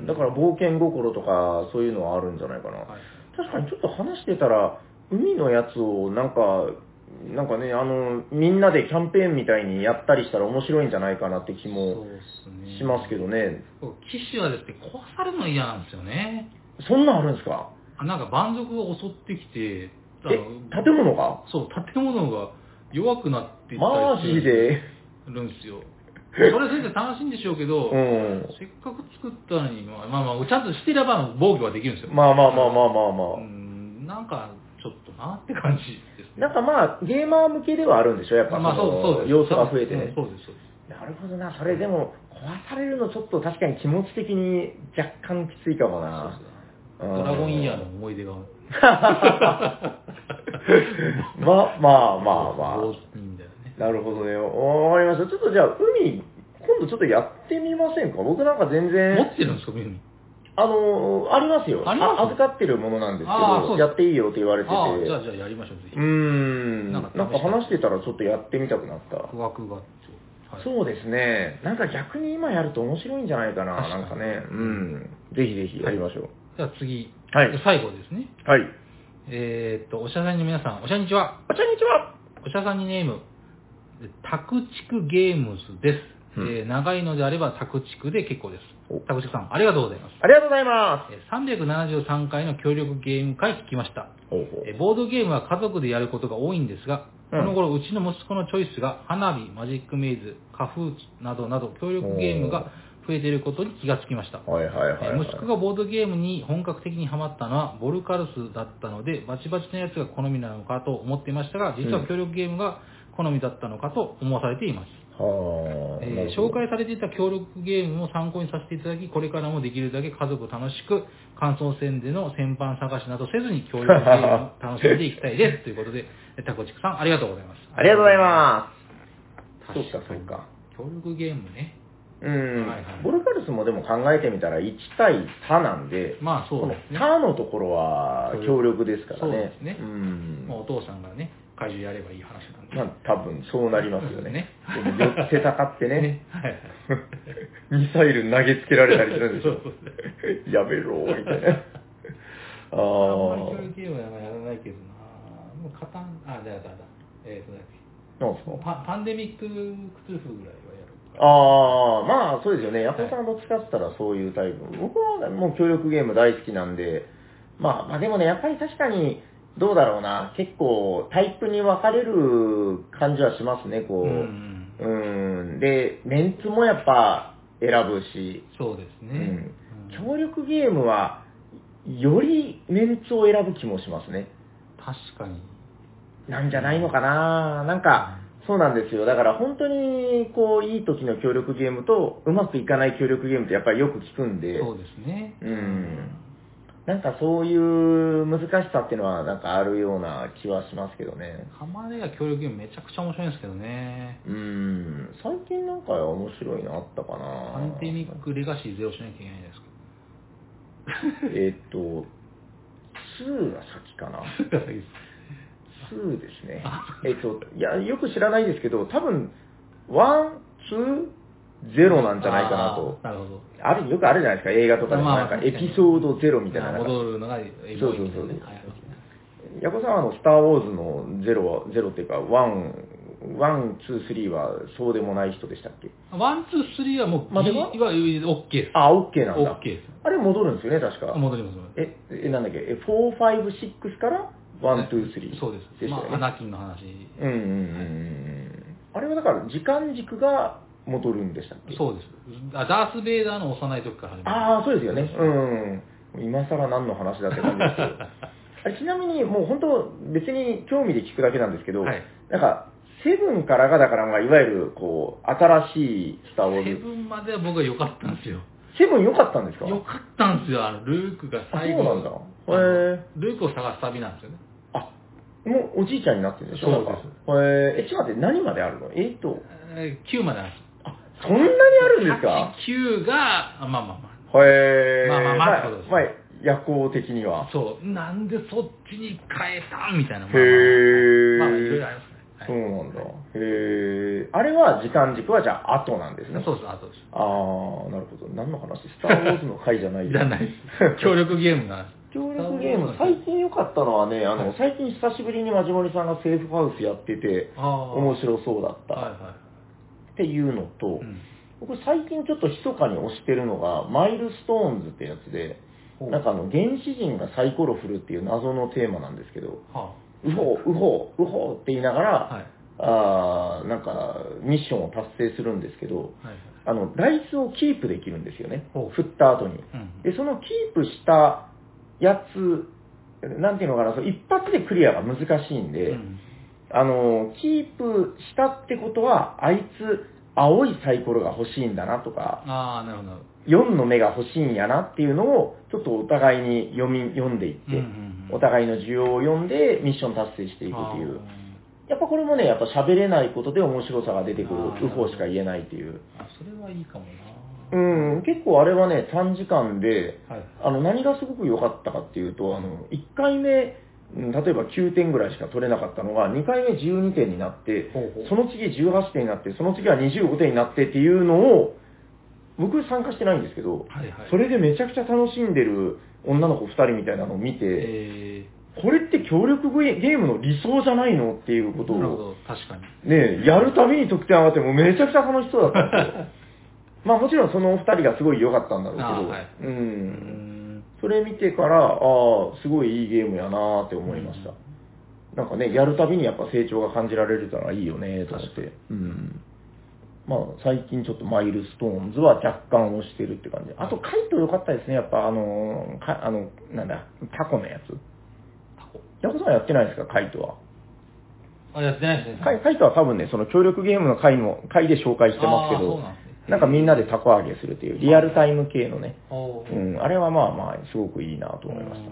だから冒険心とかそういうのはあるんじゃないかな。はい、確かにちょっと話してたら、海のやつをなんか、なんかね、あの、みんなでキャンペーンみたいにやったりしたら面白いんじゃないかなって気もしますけどね。 騎士はですね、壊されるの嫌なんですよね。 そんなんあるんですか？ なんか蛮族が襲ってきて、 え、建物が？ そう、建物が弱くなっていったりしてるんですよ。それ全然楽しいんでしょうけど、うん、せっかく作ったのに、まあまあまあ、ちゃんとしてれば防御はできるんですよ。 まあまあまあまあまあまあ。 うん、なんか、ちょっとなって感じですね。 なんかまあ、ゲーマー向けではあるんでしょ、やっぱその、まあ、そうそうです要素が増えてね、 うん。そうです、そうです。 なるほどな、それでも、壊されるのちょっと確かに気持ち的に若干きついかもな。 そうそうドラゴンイヤーの思い出が。 まあまあまあまあ。 いいんだよね。 なるほどね。わかりました。ちょっとじゃあ、海、今度ちょっとやってみませんか？僕なんか全然。 持ってるんですか、海？ あのー、ありますよ。 あります？ 預かってるものなんですけど、やっていいよって言われてて。 あじゃあ、じゃあやりましょう、ぜひ。 うーん。なんか話してたらちょっとやってみたくなった。 ワクワクはい、そうですね。なんか逆に今やると面白いんじゃないかな。かなんかね。うん。ぜひぜひやりましょう。はい、 じゃあ次。 はい。 最後ですね。 はい。 えー、っと、おしゃさんに皆さん、おしゃにちは。 おしゃにちは。 おしゃさんにネーム、タクチクゲームズです。うん、えー、長いのであればタクチクで結構です。タクチクさん、ありがとうございます。 ありがとうございます。 さんびゃくななじゅうさんかいの協力ゲーム会聞きました。 ほうほう。 えー、ボードゲームは家族でやることが多いんですが、この頃、うちの息子のチョイスが、花火、マジックメイズ、カフーチなどなど、協力ゲームが増えていることに気がつきました。 はいはいはい、はい。 息子がボードゲームに本格的にハマったのは、ボルカルスだったので、バチバチのやつが好みなのかと思っていましたが、実は協力ゲームが好みだったのかと思わされています。 はあ、 えー、紹介されていた協力ゲームも参考にさせていただき、これからもできるだけ家族楽しく、感想戦での戦犯探しなどせずに協力ゲームを楽しんでいきたいです。ということで、タコチクさん、ありがとうございます。 ありがとうございます。そうか、そうか。 協力ゲームね。 うん、はいはい。ボルカルスもでも考えてみたらいち対他なんで、 まあそうですね。 他のところは協力ですからね。そうですね。うん。まあ、お父さんがね、怪獣やればいい話なんで。 まあ多分そうなりますよね。ねでも寄ってたかってね、ねはいはい、ミサイル投げつけられたりするんでしょ。やめろみたいな。ああ。あんまり協力ゲームはやらないけどな。もうカタン、あ、だだだ。えっ、ー、とだっけ。 なんですかパパンデミッククトゥルフぐらいはやる。 ああ、まあそうですよね。ヤコさんはどっちかって言ったらそういうタイプ。僕はもう協力ゲーム大好きなんで、まあまあでもね、やっぱり確かに、どうだろうな、結構タイプに分かれる感じはしますね、こう。うん。うんで、メンツもやっぱ選ぶし。 そうですね。 うん。協力ゲームは、よりメンツを選ぶ気もしますね。 確かに。 なんじゃないのかな、なんか、そうなんですよ。だから本当に、こう、いい時の協力ゲームと、うまくいかない協力ゲームってやっぱりよく聞くんで。 そうですね。 うん。なんかそういう難しさっていうのはなんかあるような気はしますけどね。 ハマレが協力ゲームめちゃくちゃ面白いんですけどね。 うん。最近なんか面白いのあったかな。 パンデミックレガシーゼロしなきゃいけないじゃないですか。 えっと、ツーが先かな。ツーですね。えっと、いや、よく知らないですけど、多分、ワン、ツー、ゼロなんじゃないかなと。 なるほど。 ある、よくあるじゃないですか、映画とかでもなんかエピソードゼロみたいな。 戻るのがエモいそうそうそう。ヤコさんはあの、スターウォーズのゼロは、ゼロっていうか、ワンワン、ツー、スリーはそうでもない人でしたっけ？ ワン、ツー、スリーはもう、 まではいわゆる OK です。 あ、OK なんだ。 OK です。 あれ戻るんですよね、確か。 戻ります。 え、え、なんだっけ、え、フォー、ファイブ、シックスからワン、ツー、スリー。 そうです。 でしたよね。 まあ、アナキンの話。 うんうんうんうん。あれはだから時間軸が戻るんでしたっけ？ そうです。あダース・ベイダーの幼い時から始まる。 ああ、そうですよね。うんうん。今更何の話だって感じですけど。あれちなみにもう本当別に興味で聞くだけなんですけど、 はい、 なんか、セブンからがだからまあいわゆるこう、新しいスター・ウォーズ。 セブンまでは僕は良かったんですよ。 セブン良かったんですか？ 良かったんですよ。あの、ルークが最後。 そうなんだ。へールークを探す旅なんですよね。 あ、もうおじいちゃんになってるんでしょ？ そうです。 へえ、え、ちょっと待って、何まであるの？えっと。 えー、きゅうまであるんですよ。 あ、そんなにあるんですか？ はち、きゅうが、まあまあまあ。へえ。 まあまあまあってことですね。 まあ、夜行的には。 そう。なんでそっちに変えたみたいな。まあまあ、 へえ。 まあまあ、いろいろありますね。はい、 そうなんだ。へえ。あれは時間軸はじゃあ後なんですね。 そうです、後です。 ああ、なるほど。何の話？スター・ウォーズの回じゃないじゃないです。協力ゲームが。 協力ゲーム、最近良かったのはね、あの、はい、最近久しぶりにマジモリさんがセーフハウスやってて、面白そうだった。はいはい、っていうのと、うん、僕最近ちょっと密かに推してるのが、マイルストーンズってやつで、なんかあの、原始人がサイコロ振るっていう謎のテーマなんですけど、はあ、ウホー、ウホー、ウホーって言いながら、はい、あなんか、ミッションを達成するんですけど、はい、あの、ダイスをキープできるんですよね。振った後に、うん。で、そのキープしたやつ、なんていうのかな、その一発でクリアが難しいんで、うん、あの、キープしたってことは、あいつ、青いサイコロが欲しいんだなとか、 ああ、なるほど。 よんの目が欲しいんやなっていうのを、ちょっとお互いに読み、読んでいって、うんうんうん、お互いの需要を読んでミッション達成していくっていう。やっぱこれもね、やっぱ喋れないことで面白さが出てくる、ウホしか言えないっていう。 あ、それはいいかもな。 うん、結構あれはね、短時間で、はい、あの、何がすごく良かったかっていうと、あの、いっかいめ、例えばきゅうてんぐらいしか取れなかったのが、にかいめじゅうにてんになって、ほうほう、その次じゅうはちてんになって、その次はにじゅうごてんになってっていうのを、僕参加してないんですけど、はいはい、それでめちゃくちゃ楽しんでる女の子ふたりみたいなのを見て、これって協力ゲームの理想じゃないのっていうことを、 なるほど、確かに。 ね、やるたびに得点上がってもめちゃくちゃ楽しそうだったんですよ。まあもちろんそのお二人がすごい良かったんだろうけど、はい、うん、それ見てから、ああ、すごいいいゲームやなーって思いました。なんかね、やるたびにやっぱ成長が感じられるからいいよねと思って。うん、まあ最近ちょっとマイルストーンズは若干押してるって感じ。あとカイト良かったですね、やっぱあの、かあの、なんだ、タコのやつ。タコヤコさんやってないですか、カイトは。 あ、やってないですね。 カイカイトは多分ね、その協力ゲームの回の、回で紹介してますけど、なんかみんなでタコ揚げするっていうリアルタイム系のね、うん、あれはまあまあすごくいいなと思いました。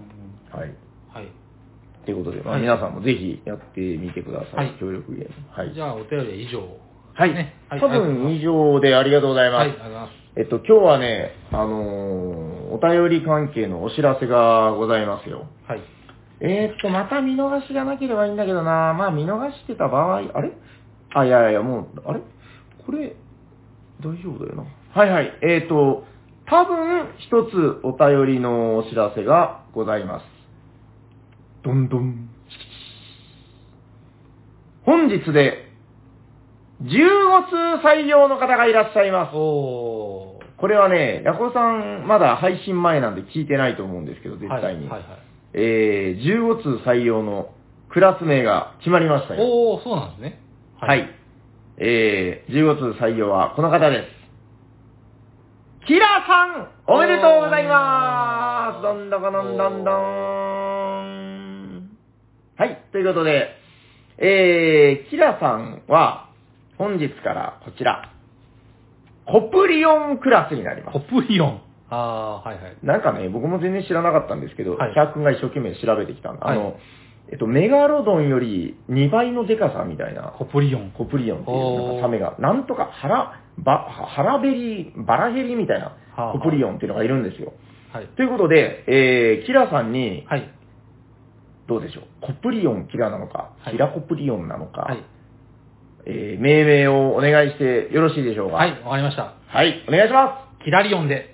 はい。はい。ということで、まあ、皆さんもぜひやってみてください。はい、協力ゲーム。 はい。じゃあお便りは以上。 はい。ね、多分以上でありがとうございます。はい、ありがとうございます。えっと、今日はね、あのー、お便り関係のお知らせがございますよ。はい。えー、っと、また見逃しがなければいいんだけどな、まあ見逃してた場合、あれあ、いやいや、もう、あれこれ、大丈夫だよな。はいはい。えーと、多分一つお便りのお知らせがございます。どんどん。本日でじゅうごつう採用の方がいらっしゃいます。おー。これはね、ヤコさんまだ配信前なんで聞いてないと思うんですけど、絶対に。はいはいはい、えー、じゅうごつう採用のクラス名が決まりましたよ。 おー、そうなんですね。 はい。はい、えー、じゅうごつう採用はこの方です。キラさん、おめでとうございます。どんどこどんどんどん。はい、ということで、えー、キラさんは、本日からこちら、コプリオンクラスになります。 コプリオン。あー、はいはい。 なんかね、僕も全然知らなかったんですけど、はい、キャー君が一生懸命調べてきたんだ。あの、はい、えっと、メガロドンよりにばいのデカさみたいな。 コプリオン。 コプリオンっていう、なんかサメが、なんとかハラ、バ、ハラベリ、バラヘリみたいなコプリオンっていうのがいるんですよ。はい。ということで、えー、キラさんに、はい。どうでしょう。コプリオンキラなのか、はい、キラコプリオンなのか、はい。えー、命名をお願いしてよろしいでしょうか。 はい、わかりました。 はい、お願いします。 キラリオンで。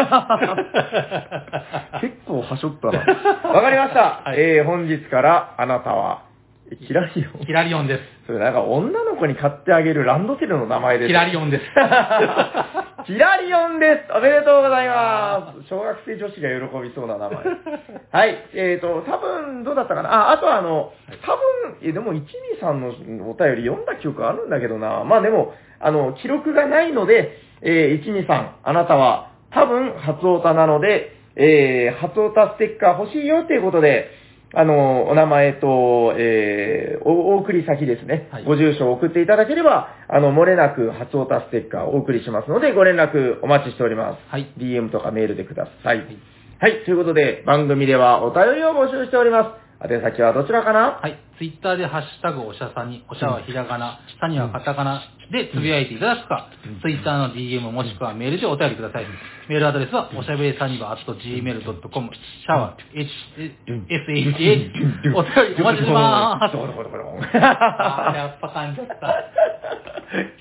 結構はしょったな。わかりました。はい、えー、本日からあなたは、キラリオン。 キラリオンです。 それなんか女のの子に買ってあげるランドセルの名前です。 キラリオンです。 キラリオンです。おめでとうございます。小学生女子が喜びそうな名前。はい。えーと、多分、どうだったかな。あ、あとはあの、多分、え、でも、いちにさんのお便り読んだ記憶あるんだけどな。まあでも、あの、記録がないので、えー、いちにさん、あなたは、多分、初オタなので、えー、初オタステッカー欲しいよっていうことで、あの、お名前と、えー、お、お送り先ですね。はい、ご住所を送っていただければ、あの、漏れなく初オタステッカーをお送りしますので、ご連絡お待ちしております。はい。ディーエム とかメールでください。はい。はい、ということで、番組ではお便りを募集しております。宛先はどちらかな？ はい。ツイッターでハッシュタグおしゃさに、おしゃはひらがな、さにはカタカナでつぶやいていただくか、うん、ツイッターの ディーエム もしくはメールでお便りください。メールアドレスはおしゃべりさにば アットジーメールドットコム、シャワー、エスエイチエイチ、お便りお待ちしてまーす。あー、やっぱ噛んじゃった。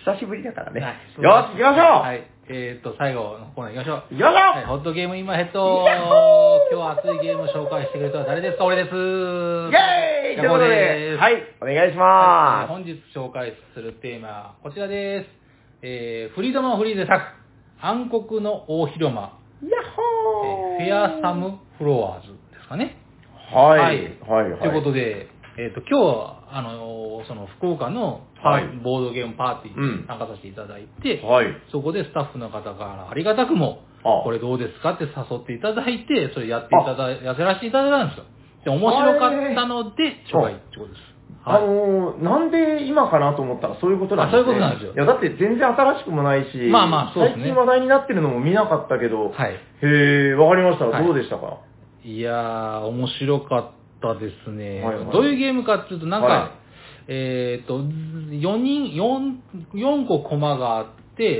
久しぶりだからね。 はい、 よし、行きましょう。 はい。えーと、最後のコーナー行きましょう。 行きましょう、 はい、ホットゲーム今ヘッド。今日は熱いゲームを紹介してくれたのは誰ですか？俺です。イェーイということで、はい、お願いします。 はい、本日紹介するテーマはこちらです。えー、フリードマンフリーゼ作、暗黒の大広間。 ヤッホー、えー、フェアサムフロアーズですかね。 はい。はい、はい、はい。 ということで、えっ、ー、と、今日、あのー、その福岡の、はい、ボードゲームパーティーに参加させていただいて、うん、はい、そこでスタッフの方からありがたくも、これどうですかって誘っていただいて、それやっていただ、やらせていただいたんですよ。で、面白かったので、紹介ってことです。 はい、あのー、なんで今かなと思ったらそういうことなんですね。 あ、そういうことなんですよ。 いや、だって全然新しくもないし、 まあまあ、そうですね。 最近話題になってるのも見なかったけど、 はい。 へー、わかりました。はい、どうでしたか？ いやー、面白かったですね。はいはい、どういうゲームかっていうと、なんか、はい、えっと、よにん、よん、よんこコマがあって、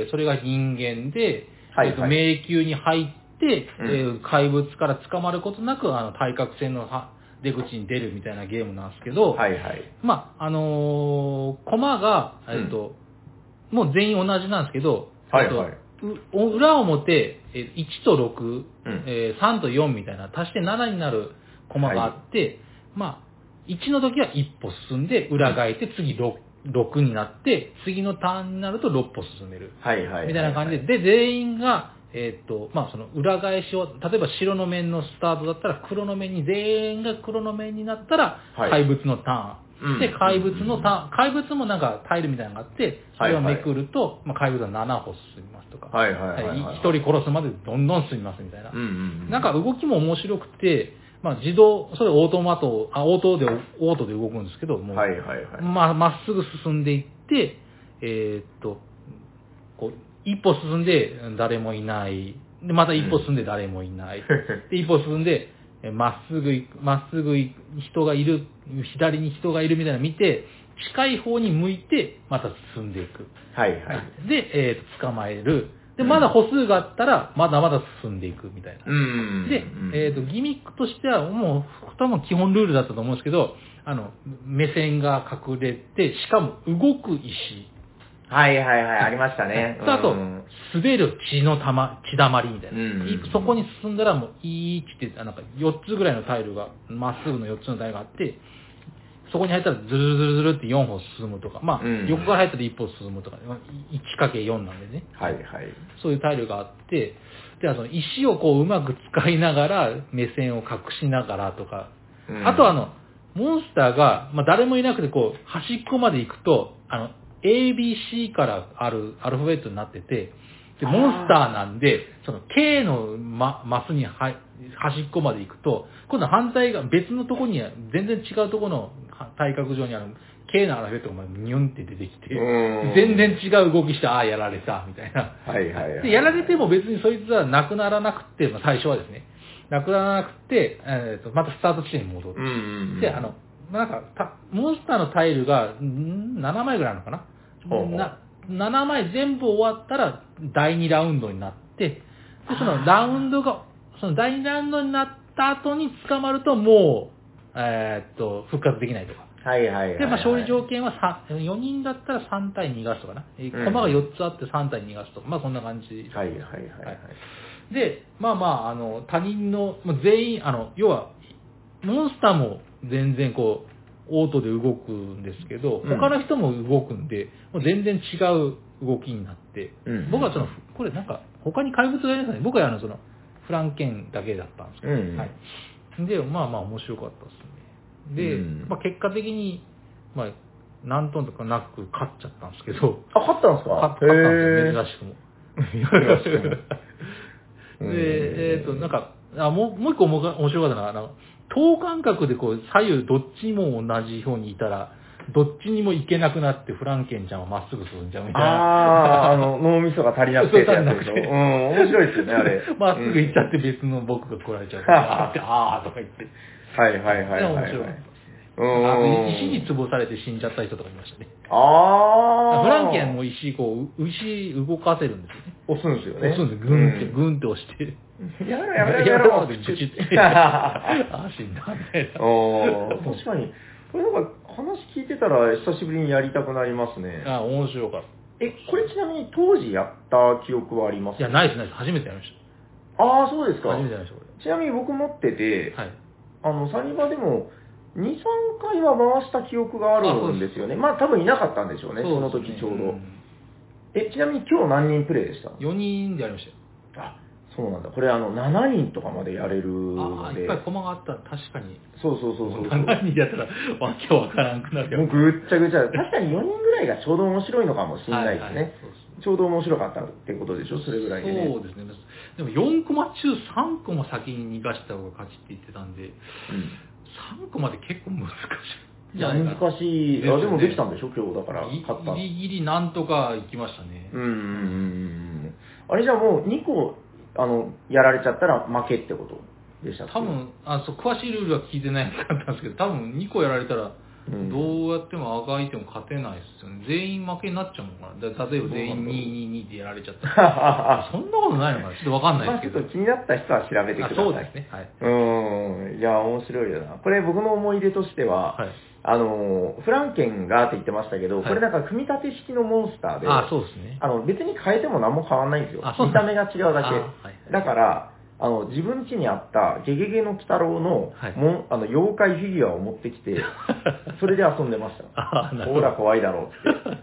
それが人間で、はいはい、えっと、迷宮に入って、うん、えー、怪物から捕まることなく、あの、対角線の出口に出るみたいなゲームなんですけど、はいはい。まあ、あのー、コマが、えっと、うん、もう全員同じなんですけど、はいはい。裏表、いちとろく、うん、えー、さんとよんみたいな、足してななになるコマがあって、はい、まあ、いちの時は一歩進んで、裏返って次 6, ろくになって、次のターンになるとろっぽ進める。はいはいはいはい。みたいな感じで、で、全員が、えっと、まあ、その裏返しを、例えば白の面のスタートだったら黒の面に、全員が黒の面になったら、怪物のターン。はい、で、怪物のターン、怪物もなんかタイルみたいなのがあって、それをめくると、はいはい、まあ、怪物はななほ進みますとか、はいはいはいはい、ひとり殺すまでどんどん進みますみたいな。うんうんうん、なんか動きも面白くて、まあ、自動、それオートマト、あ、オートで、オートで動くんですけど、もう、はいはいはい、まあ、まっすぐ進んでいって、えー、っと、こう、一歩進んで誰もいない。で、また一歩進んで誰もいない。うん、で、一歩進んで、まっすぐ、まっすぐ人がいる、左に人がいるみたいなのを見て、近い方に向いて、また進んでいく。はいはい。で、えー、っと、捕まえる。で、まだ歩数があったら、まだまだ進んでいくみたいな。うん、で、えっ、ー、と、ギミックとしては、もう、多分基本ルールだったと思うんですけど、あの、目線が隠れて、しかも動く石。 はいはいはい、ありましたね。 あと、滑る血の玉、血だまりみたいな。うん、そこに進んだらもう、いいって、なんかよっつぐらいのタイルが、まっすぐのよっつのタイルがあって、そこに入ったらズルズルズルってよん歩進むとか、まあ、うん、横から入ったらいっ歩進むとか、いちかけるよん なんでね。はいはい。そういうタイルがあって、で、その石をこううまく使いながら、目線を隠しながらとか、うん、あとあの、モンスターが、まあ誰もいなくてこう、端っこまで行くと、あの、エービーシー からあるアルファベットになってて、で、モンスターなんで、その K のママスには端っこまで行くと、今度反対が別のところには、全然違うところの対角上にある K のアルファベットがニュンって出てきて、全然違う動きして、ああ、やられた、みたいな。はいはいはい。で、やられても別にそいつはなくならなくて、まあ、最初はですね、なくならなくて、えー、とまたスタート地点に戻る。で、あの、なんかた、モンスターのタイルがななまいぐらいあるのかな、ほうほうなななまい全部終わったらだいにラウンドになって、で、そのラウンドが、そのだいにラウンドになった後に捕まるともう、えー、っと、復活できないとか。はいはいはい、はい。で、まあ勝利条件はよにんだったらさん対にガスとかな。うん、コマがよっつあってさん対にガスとか。まあそんな感じ。はいはいはい、はい。で、まあまあ、あの、他人の、全員、あの、要は、モンスターも全然こオートで動くんですけど、 うん、 他の人も動くんで、もう全然違う動きになって、うん、僕はその、これなんか、他に怪物がいるんですかね。僕はあの、その、フランケンだけだったんですけど、うん、はい。で、まあまあ面白かったですね。で、うん、まあ結果的に、まあ、何トンとかなく勝っちゃったんですけど。 あ、勝ったんですか？ 勝ったんですよ、珍しくも。珍しくも。で、えっ、ー、と、なんか、あもう、もう一個面白かったのは、あの、等間隔でこう、左右どっちも同じようにいたら、どっちにも行けなくなってフランケンちゃんはまっすぐ進んじゃうみたいな。 ああ、あの、脳みそが足りなくてってやつでしょ。うん、面白いですよね、あれ。 まっすぐ行っちゃって別の僕が来られちゃうから、あーとか言って。 はいはいはいはい、はい。 面白かったですね。あと石に潰されて死んじゃった人とかいましたね。 ああ。 フランケンも石、こう、石動かせるんですよね。 押すんですよね。 押すんです。グンって、うん、グンって押して。 やめろやめろやめろってブチって。あ、死んだみたいな。 確かに。これなんか話聞いてたら久しぶりにやりたくなりますね。 あ、面白かった。 え、これちなみに当時やった記憶はあります？ いや、ないですないです。初めてやりました。 ああ、そうですか。 初めてやりました、これ。 ちなみに僕持ってて、 はい、 あの、サニバでも、に、さんかいは回した記憶があるんですよね。まあ多分いなかったんでしょうね、そ, その時ちょうど、うん。え、ちなみに今日何人プレイでした？ よにんでやりましたよ。 あ、そうなんだ。これあの、しちにんとかまでやれるので。 ああ、いっぱいコマがあったら確かに。 そうそうそうそう。しちにんやったらわけわからんくなるよ。 もうぐっちゃぐちゃ。確かによにんぐらいがちょうど面白いのかもしれないですね。はいはい、そうそう、ちょうど面白かったってことでしょ、それぐらいでね。 そうですね。でもよんコマ中さんコマ先に逃がした方が勝ちって言ってたんで、うん、さんコマで結構難しい。 いや、難しい。ね、あ、でもできたんでしょ、今日だから。勝った。 ギリギリなんとか行きましたね。 うんうんうん。あれじゃあもうにこ、あの、やられちゃったら負けってことでしたっけ？ 多分、あ、そう、詳しいルールは聞いてないかったんですけど、多分にこやられたら、どうやっても赤いても勝てないですよね。全員負けになっちゃうのかな。だ例えば全員にににでやられちゃったら。そんなことないのかな。ちょっとわかんないですけど。 まあ、ちょっと気になった人は調べてください。 そうですね。はい。 うん。いや、面白いよな。これ僕の思い出としては、はい、あの、フランケンがって言ってましたけど、はい、これなんか組み立て式のモンスターで、 あ、そうですね。 あの、別に変えても何も変わんないんですよ。見た目が違うだけ。はいはい、だから、あの、自分家にあったゲゲゲの鬼太郎の、はい、もあの妖怪フィギュアを持ってきて、それで遊んでました。ほら怖いだろうって。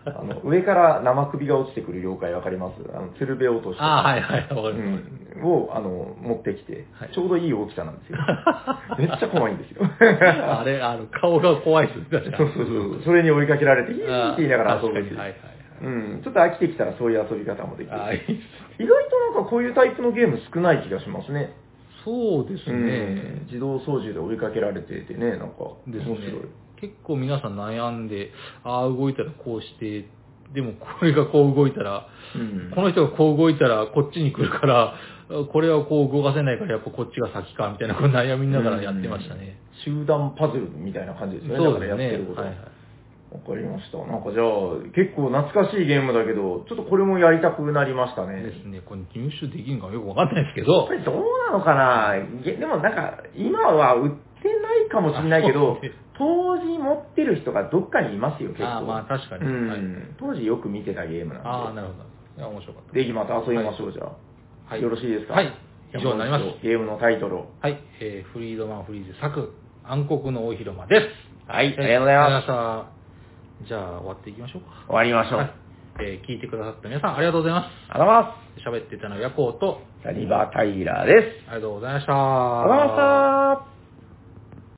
あの、上から生首が落ちてくる妖怪わかります？あの、鶴瓶落とし。 あ、はいはい、わかります。 うん。を、あの、持ってきて、はい、ちょうどいい大きさなんですよ。めっちゃ怖いんですよ。 あれ、あの、顔が怖いですね。 そうそうそう。それに追いかけられて、ヒーって言いながら遊ぶんですよ。 はいはい。 うん、ちょっと飽きてきたらそういう遊び方もできる。意外となんかこういうタイプのゲーム少ない気がしますね。 そうですね。 うん、自動操縦で追いかけられててね、なんか面白い。 ですね、結構皆さん悩んで、ああ動いたらこうして、でもこれがこう動いたら、うん、この人がこう動いたらこっちに来るから、これはこう動かせないからやっぱこっちが先かみたいなこう悩みながらやってましたね、 うん。集団パズルみたいな感じですよね。 そうですね。 だからやってること。はいはい。わかりました。なんかじゃあ、結構懐かしいゲームだけど、ちょっとこれもやりたくなりましたね。 ですね。これ入手できるのかよくわかんないですけど。 これどうなのかな？でもなんか、今は売ってないかもしれないけど、当時持ってる人がどっかにいますよ、結構。 ああ、まあ確かに、 うん、はい。当時よく見てたゲームなんで。 ああ、なるほど。いや、面白かった。 ぜひまた遊びましょう、はい、じゃあ。はい。よろしいですか？ はい。以上になります。 ゲームのタイトルを。 はい。えー、フリードマン・フリーゼ作、暗黒の大広間です。 はい。ありがとうございます。 ありがとうございました。じゃあ、終わっていきましょうか。 終わりましょう。はい、 えー、聞いてくださった皆さん、ありがとうございます。 ありがとうございます。 喋っていたのはヤコウと、 サニバー・タイラーです。 ありがとうございました。 ありがとうございました。